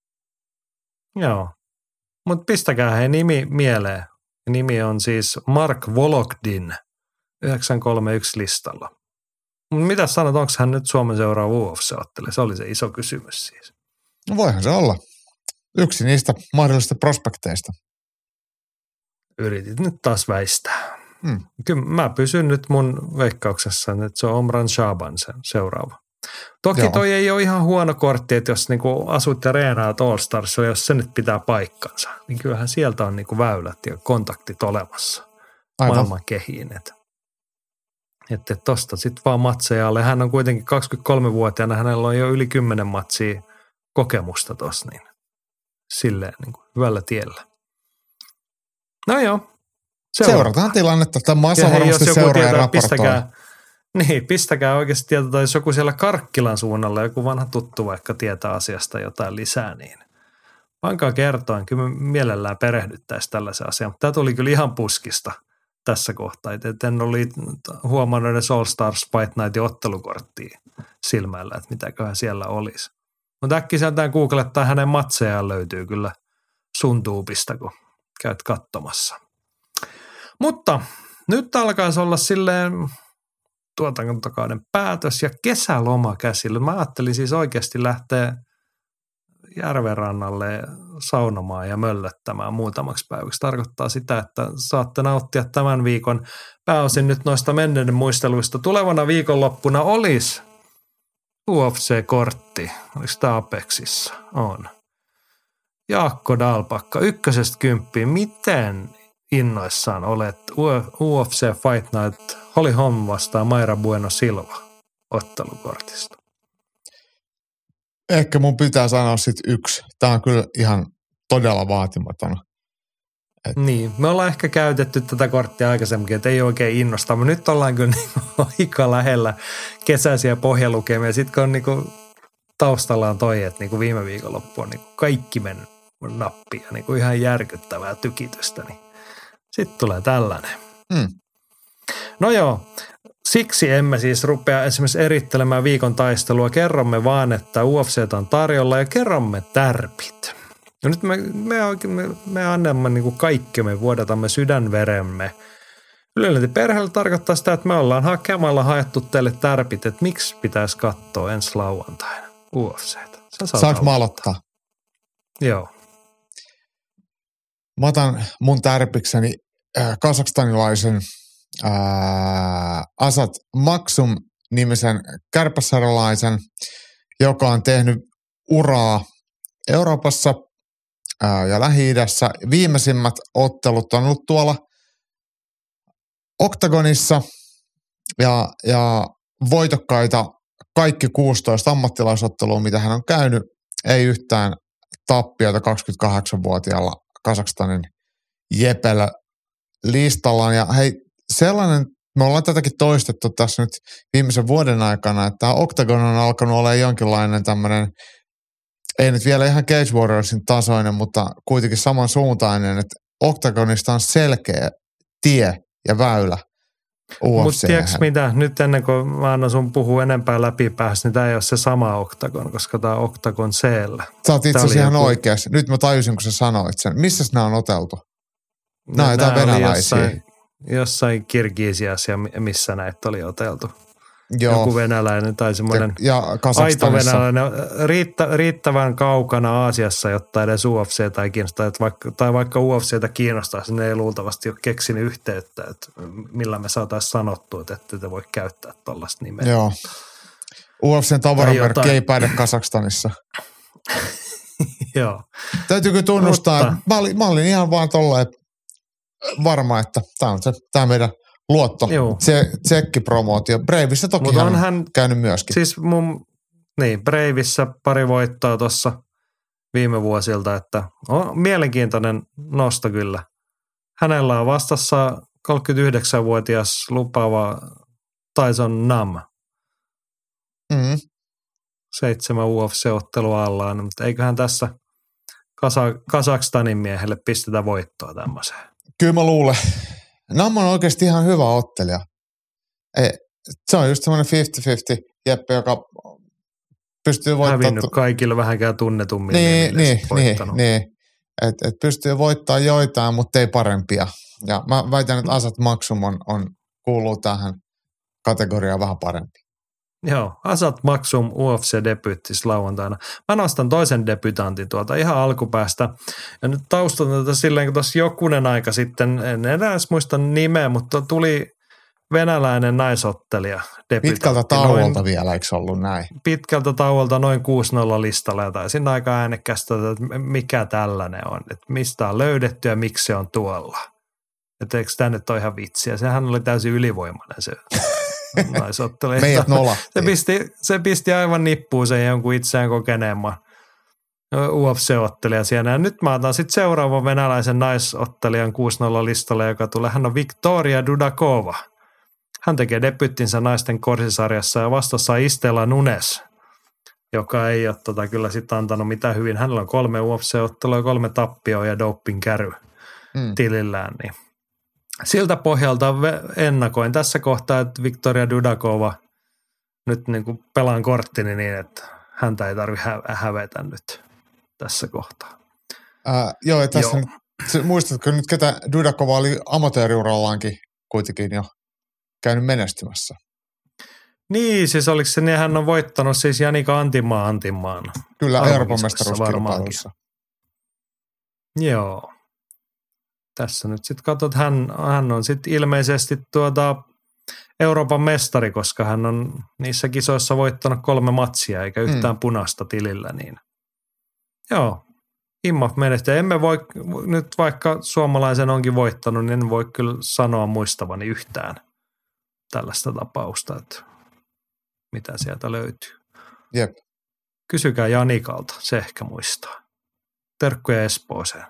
Joo, mutta pistäkää he nimi mieleen. Nimi on siis Mark Vologdin yhdeksänsataakolmekymmentäyksi listalla. Mutta mitä sanot, onko hän nyt Suomen seuraava U F C-ottele? Se oli se iso kysymys siis. No voihan se olla. Yksi niistä mahdollisista prospekteista. Yritit nyt taas väistää. Hmm. Kyllä mä pysyn nyt mun veikkauksessa, että se on Omran Shaban sen seuraava. Toki Joo. toi ei ole ihan huono kortti, että jos niinku asut ja reenaat All Starsilla, jos se nyt pitää paikkansa, niin kyllähän sieltä on niinku väylät ja kontaktit olemassa Aivan. maailman kehiin. Että että tosta sitten vaan matseja alle. Hän on kuitenkin kaksikymmentäkolmevuotiaana, hänellä on jo yli kymmenen matsia kokemusta tossa, niin silleen niin kuin hyvällä tiellä. No joo. Seurataan, Seurataan tilannetta. Tämä Masa ja hei, varmasti jos joku seuraa ja tietää, raportoi. pistäkää, niin, pistäkää oikeasti tietoa, tai jos joku siellä Karkkilan suunnalla, joku vanha tuttu vaikka tietää asiasta jotain lisää, niin pankaa kertoa. Kyllä me mielellään perehdyttäisiin tällaisen asian. Mutta tämä tuli kyllä ihan puskista tässä kohtaa. Et en ole huomannut edes All Stars Fight Nightin ottelukorttia silmällä, että mitäköhän siellä olisi. Mutta äkkiseltään googlettaa hänen matsejaan löytyy kyllä sun tuubista, kun käyt katsomassa. Mutta nyt alkaisi olla silleen tuotantokauden päätös ja kesäloma käsillä. Mä ajattelin siis oikeasti lähteä järvenrannalle saunomaan ja möllöttämään muutamaksi päiväksi. Tarkoittaa sitä, että saatte nauttia tämän viikon pääosin nyt noista menneiden muisteluista. Tulevana viikonloppuna olisi U F C-kortti. Oliko tämä Apexissa? On. Jaakko Dalpakka, ykkösestä kymppiin. Miten innoissaan olet U F C Fight Night Holly Holm vastaan Mayra Bueno Silva ottelukortista? Ehkä mun pitää sanoa sitten yksi. Tämä on kyllä ihan todella vaatimaton. Et. Niin, me ollaan ehkä käytetty tätä korttia aikaisemminkin, että ei oikein innosta, mutta nyt ollaan kyllä niin aika lähellä kesäisiä pohjalukemia. Sitten kun on niin taustalla on toi, että niin viime viikonloppu on niin kaikki mennyt nappia, niin ihan järkyttävää tykitystä, niin sitten tulee tällainen. Mm. No joo, siksi emme siis rupea esimerkiksi erittelemään viikon taistelua. Kerromme vaan, että U F C on tarjolla ja kerromme tärpit. Ja nyt me, me, me, me annamme niin kuin kaikkemme, vuodatamme sydänveremme. Ylilöntiperheellä tarkoittaa sitä, että me ollaan hakemalla haettu teille tärpit, että miksi pitäisi katsoa ensi lauantaina U F C:tä. Saanko mä aloittaa? Joo. Mä otan mun tärpikseni äh, kazakstanilaisen äh, Asad Maksum-nimisen kärpäsarjalaisen, joka on tehnyt uraa Euroopassa ää, ja Lähi-idässä. Viimeisimmät ottelut on ollut tuolla Oktagonissa ja, ja voitokkaita kaikki kuusitoista ammattilaisottelua, mitä hän on käynyt. Ei yhtään tappiota kaksikymmentäkahdeksanvuotiaalla Kazakstanin Jepellä listallaan. Ja hei, sellainen, me ollaan tätäkin toistettu tässä nyt viimeisen vuoden aikana, että tämä Oktagon on alkanut olla jonkinlainen tämmöinen, ei nyt vielä ihan Cage Warriorsin tasoinen, mutta kuitenkin samansuuntainen, että Oktagonista on selkeä tie ja väylä U F C. Mutta tiedätkö mitä, nyt ennen kuin mä annan sun puhua enempää läpi päästä, niin tämä ei ole se sama Oktagon, koska tämä on Oktagon C-llä. Sä oot itse asiassa ihan joku... oikeassa. Nyt mä tajusin, kun sä sanoit sen. Missäs nämä on oteltu? Nämä on jotain venäläisiä. Jossain, jossain Kirgisiassa ja missä näitä oli oteltu. Joo. Joku venäläinen tai semmoinen aito venäläinen, riittä, riittävän kaukana Aasiassa, jotta edes U F C:tä ei kiinnostaa, vaikka, tai vaikka U F C:tä kiinnostaisi, ne ei luultavasti ole keksinyt yhteyttä, että millä me saataisiin sanottua, että ette te voi käyttää tuollaista nimeä. Joo. U F C:n tavaramerkki ei päde Kazakstanissa. Joo. Täytyykö tunnustaa, Mutta... että mä olin, mä olin ihan vaan tolleen varma, että tämä on se, tämä meidän luotto, se tsekkipromootio. Breivissä toki Mut hän hän käynyt myöskin. Siis mun, niin, Breivissä pari voittoa tuossa viime vuosilta, että on mielenkiintoinen nosto kyllä. Hänellä on vastassa kolmekymmentäyhdeksänvuotias lupaava Tyson Nam. Mm. Seitsemän U F C-ottelua allaan, mutta eiköhän tässä Kasa- Kazakstanin miehelle pistetä voittoa tämmöiseen. Kyllä mä luulen. Nam on oikeasti ihan hyvä ottelija. Ei, se on just semmoinen viisikymmentä viisikymmentä jeppe, joka pystyy voittamaan. Hävinnyt kaikille vähänkään tunnetummin. Niin, niin, niin, niin. Että et pystyy voittamaan joitain, mutta ei parempia. Ja mä väitän, että Asat Maksum on, on, kuuluu tähän kategoriaan vähän parempi. Joo, Asat Maksum U F C-debyyttis lauantaina. Mä nostan toisen debyytantin tuolta ihan alkupäästä. Ja nyt taustan tätä silleen, kun tuossa jokunen aika sitten, en enää edes muista nimeä, mutta tuli venäläinen naisottelija. Pitkältä tauolta noin, vielä, eikö ollut näin? Pitkältä tauolta noin kuusi nolla listalla ja taisin aika äänekästä, että mikä tällainen on, että mistä on löydetty ja miksi se on tuolla. Että eikö tämä nyt ole ihan vitsiä? Sehän oli täysin ylivoimainen se naisottelija. Meidät nolahtiin. Se pisti, se pisti aivan nippuun sen jonkun itseään kokeneemman U F C-ottelija siellä. Ja nyt mä otan sitten seuraavan venäläisen naisottelijan kuusi nolla listalle, joka tulee. Hän on Victoria Dudakova. Hän tekee debyyttinsä naisten korsisarjassa ja vastassa Istela Nunes, joka ei ole tota kyllä sitten antanut mitään hyvin. Hänellä on kolme U F C-ottelua, kolme tappioa ja doping-käry mm. tilillään. Niin. Siltä pohjalta ennakoin tässä kohtaa, että Victoria Dudakova nyt niin kuin pelaan korttini niin, että häntä ei tarvitse hä- hävetä nyt tässä kohtaa. Äh, joo, ja tässä joo. Nyt, muistatko nyt, ketä Dudakova oli amatööriurallaankin kuitenkin jo käynyt menestymässä? Niin, siis oliko se niin, hän on voittanut siis Janika Antimaa Antimaan. Kyllä, Euroopan mestaruuskilpailussa. Joo. Tässä nyt sitten katsot, hän, hän on sitten ilmeisesti tuota Euroopan mestari, koska hän on niissä kisoissa voittanut kolme matsia eikä yhtään mm. punaista tilillä. Niin. Joo, Immoff menestyy. Emme voi nyt, vaikka suomalaisen onkin voittanut, niin en voi kyllä sanoa muistavani yhtään tällaista tapausta, että mitä sieltä löytyy. Jep. Kysykää Janikalta, se ehkä muistaa. Terkkuja Espooseen.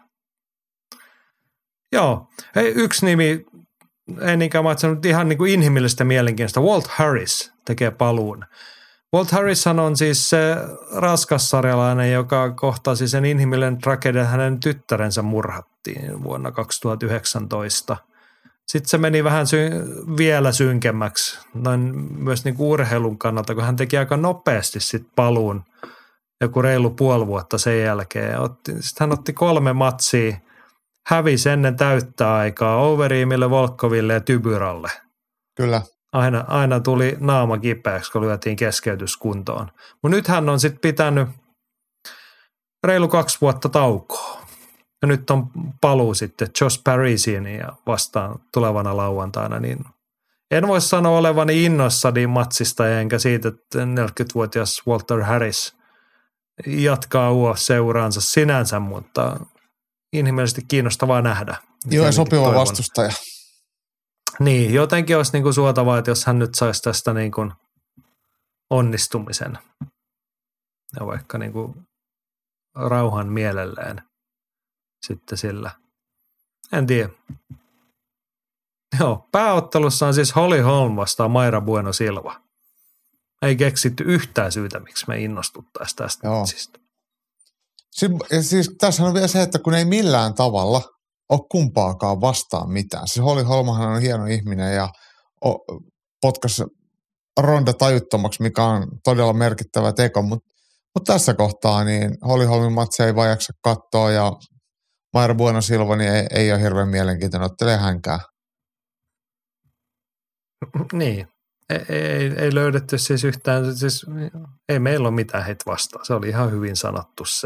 Joo, hei, yksi nimi, ei niinkään matsannut ihan niin kuin inhimillistä mielenkiintoista. Walt Harris tekee paluun. Walt Harrishan on siis se raskassarjalainen, joka kohtasi sen inhimillinen tragedia, hänen tyttärensä murhattiin vuonna kaksituhattayhdeksäntoista. Sitten se meni vähän sy- vielä synkemmäksi, noin myös niin kuin urheilun kannalta, kun hän teki aika nopeasti sitten paluun, joku reilu puoli vuotta sen jälkeen. Sitten hän otti kolme matsia, hävisi ennen täyttä aikaa Overeemille, Volkoville ja Tybyralle. Kyllä. Aina, aina tuli naama kipeäksi, kun lyötiin keskeytyskuntoon. Mutta nyt hän on sitten pitänyt reilu kaksi vuotta taukoa. Ja nyt on paluu sitten Josh Parisiin ja vastaan tulevana lauantaina. Niin en voi sanoa olevani innoissani matsista, enkä siitä, että neljäkymmentävuotias Walter Harris jatkaa U F C-uraansa sinänsä, mutta inhimillisesti kiinnostavaa nähdä. Joo, sopiva toivon. Vastustaja. Niin, jotenkin olisi niin kuin suotavaa, että jos hän nyt saisi tästä niin kuin onnistumisen ja vaikka niin kuin rauhan mielelleen sitten sillä. En tiedä. Joo, pääottelussa on siis Holly Holm vastaan Mayra Bueno Silva. Ei keksitty yhtään syytä, miksi me innostuttaisiin tästä matsista. Ja siis tässä on vielä se, että kun ei millään tavalla ole kumpaakaan vastaan mitään. Siis Holly Holmhan on hieno ihminen ja potkasi Ronda tajuttomaksi, mikä on todella merkittävä teko, mutta mut tässä kohtaa niin Holly Holmin matsia ei vaan jaksa katsoa ja Mayra Bueno Silva niin ei, ei ole hirveän mielenkiintoinen, ottelee hänkään. Niin, ei, ei, ei löydetty siis yhtään, siis ei meillä ole mitään heitä vastaan. Se oli ihan hyvin sanottu se.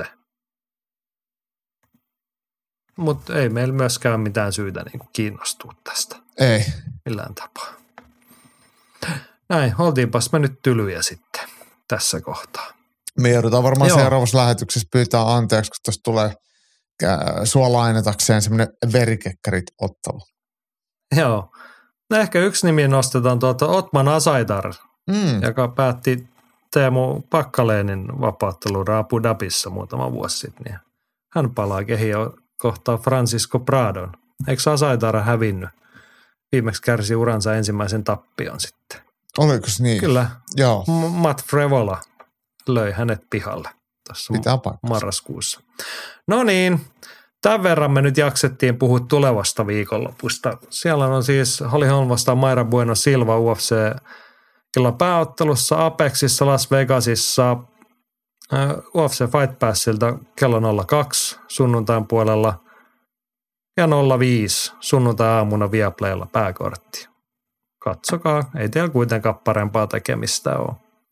Mutta ei meillä myöskään mitään syytä niin kuin kiinnostua tästä. Ei. Millään tapaa. Näin, oltiinpas me nyt tylyjä sitten tässä kohtaa. Me joudutaan varmaan Joo. seuraavassa lähetyksessä pyytää anteeksi, kun tuossa tulee sua lainatakseen semmoinen verikekkärit-ottelu. Joo. No ehkä yksi nimi nostetaan tuolta Otman Asaitar, mm. joka päätti Teemu Pakkaleenin vapautteluura Abu Dhabissa muutama vuosi sitten, niin hän palaa kehiin ja kohtaa Francisco Pradon. Eikö Asaitara hävinnyt? Viimeksi kärsi uransa ensimmäisen tappion sitten. Oliko niin? Kyllä. Joo. M- Matt Frevola löi hänet pihalle tuossa Pitää marraskuussa. No niin, tämän verran me nyt jaksettiin puhua tulevasta viikonlopusta. Siellä on siis Holly Holm vastaan Mayra Bueno Silva U F C illan pääottelussa Apexissa Las Vegasissa. U F C Fight Passilta kello nolla kaksi sunnuntain puolella ja nolla viisi sunnuntai-aamuna Viaplaylla pääkortti. Katsokaa, ei teillä kuitenkaan parempaa tekemistä ole.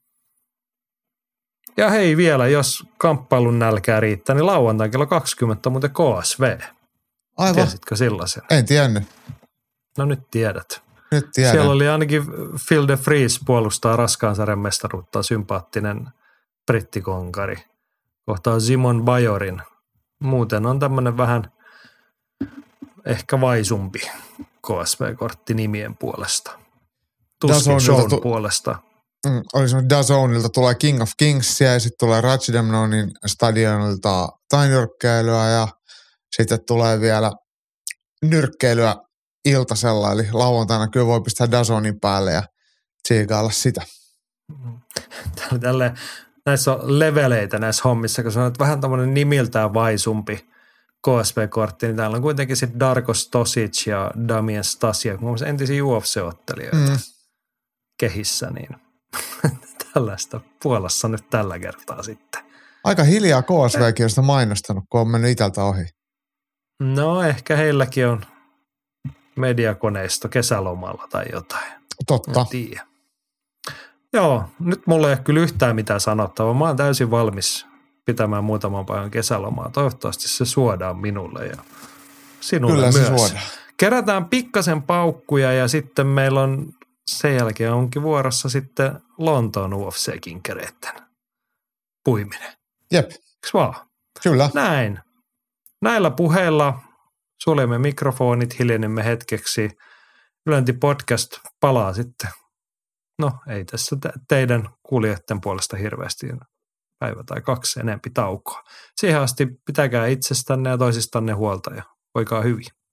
Ja hei vielä, jos kamppailun nälkää riittää, niin lauantain kello kaksikymmentä muuten K S V. Aivan. Tiesitkö sellaisen? En tiennyt. No nyt tiedät. Nyt tiedän. Siellä oli ainakin Phil de Vries puolustaa raskaan sarjan mestaruutta, sympaattinen brittikonkari. Kohtaa Simon Bajorin. Muuten on tämmöinen vähän ehkä vaisumpi K S V-kortti nimien puolesta. Tuskin shown tu- puolesta. Mm, oli semmoinen DAZNilta tulee King of Kingsia ja sitten tulee Ratchdemnonin stadionilta tainyrkkeilyä ja sitten tulee vielä nyrkkeilyä iltasella, eli lauantaina kyllä voi pistää DAZNin päälle ja tsiikailla sitä. Tälle, näissä on leveleitä näissä hommissa, kun sanoit vähän tämmöinen nimiltään vaisumpi K S V-kortti, niin täällä on kuitenkin sitten Darko Stosic ja Damien Stasiak, muun muassa entisiä U F C-ottelijoita mm. kehissä, niin tällaista Puolassa nyt tällä kertaa sitten. Aika hiljaa K S V:kin on sitä mainostanut, kun on mennyt itältä ohi. No ehkä heilläkin on mediakoneisto kesälomalla tai jotain. Totta. En tiedä. Joo, nyt mulla ei ole kyllä yhtään mitään sanottavaa. Mä oon täysin valmis pitämään muutaman päivän kesälomaa. Toivottavasti se suodaan minulle ja sinulle kyllä myös. Se suodaan. Kerätään pikkasen paukkuja ja sitten meillä on sen jälkeen onkin vuorossa sitten Lontoon U F C-kinkereiden puiminen. Jep. Eiks vaan? Kyllä. Näin. Näillä puheilla suljemme mikrofonit, hiljennemme hetkeksi. Ylenti podcast palaa sitten. No ei tässä te- teidän kuulijoiden puolesta hirveästi päivä tai kaksi enempi taukoa. Siihen asti pitäkää itsestänne ja toisistanne huolta ja voikaa hyvin.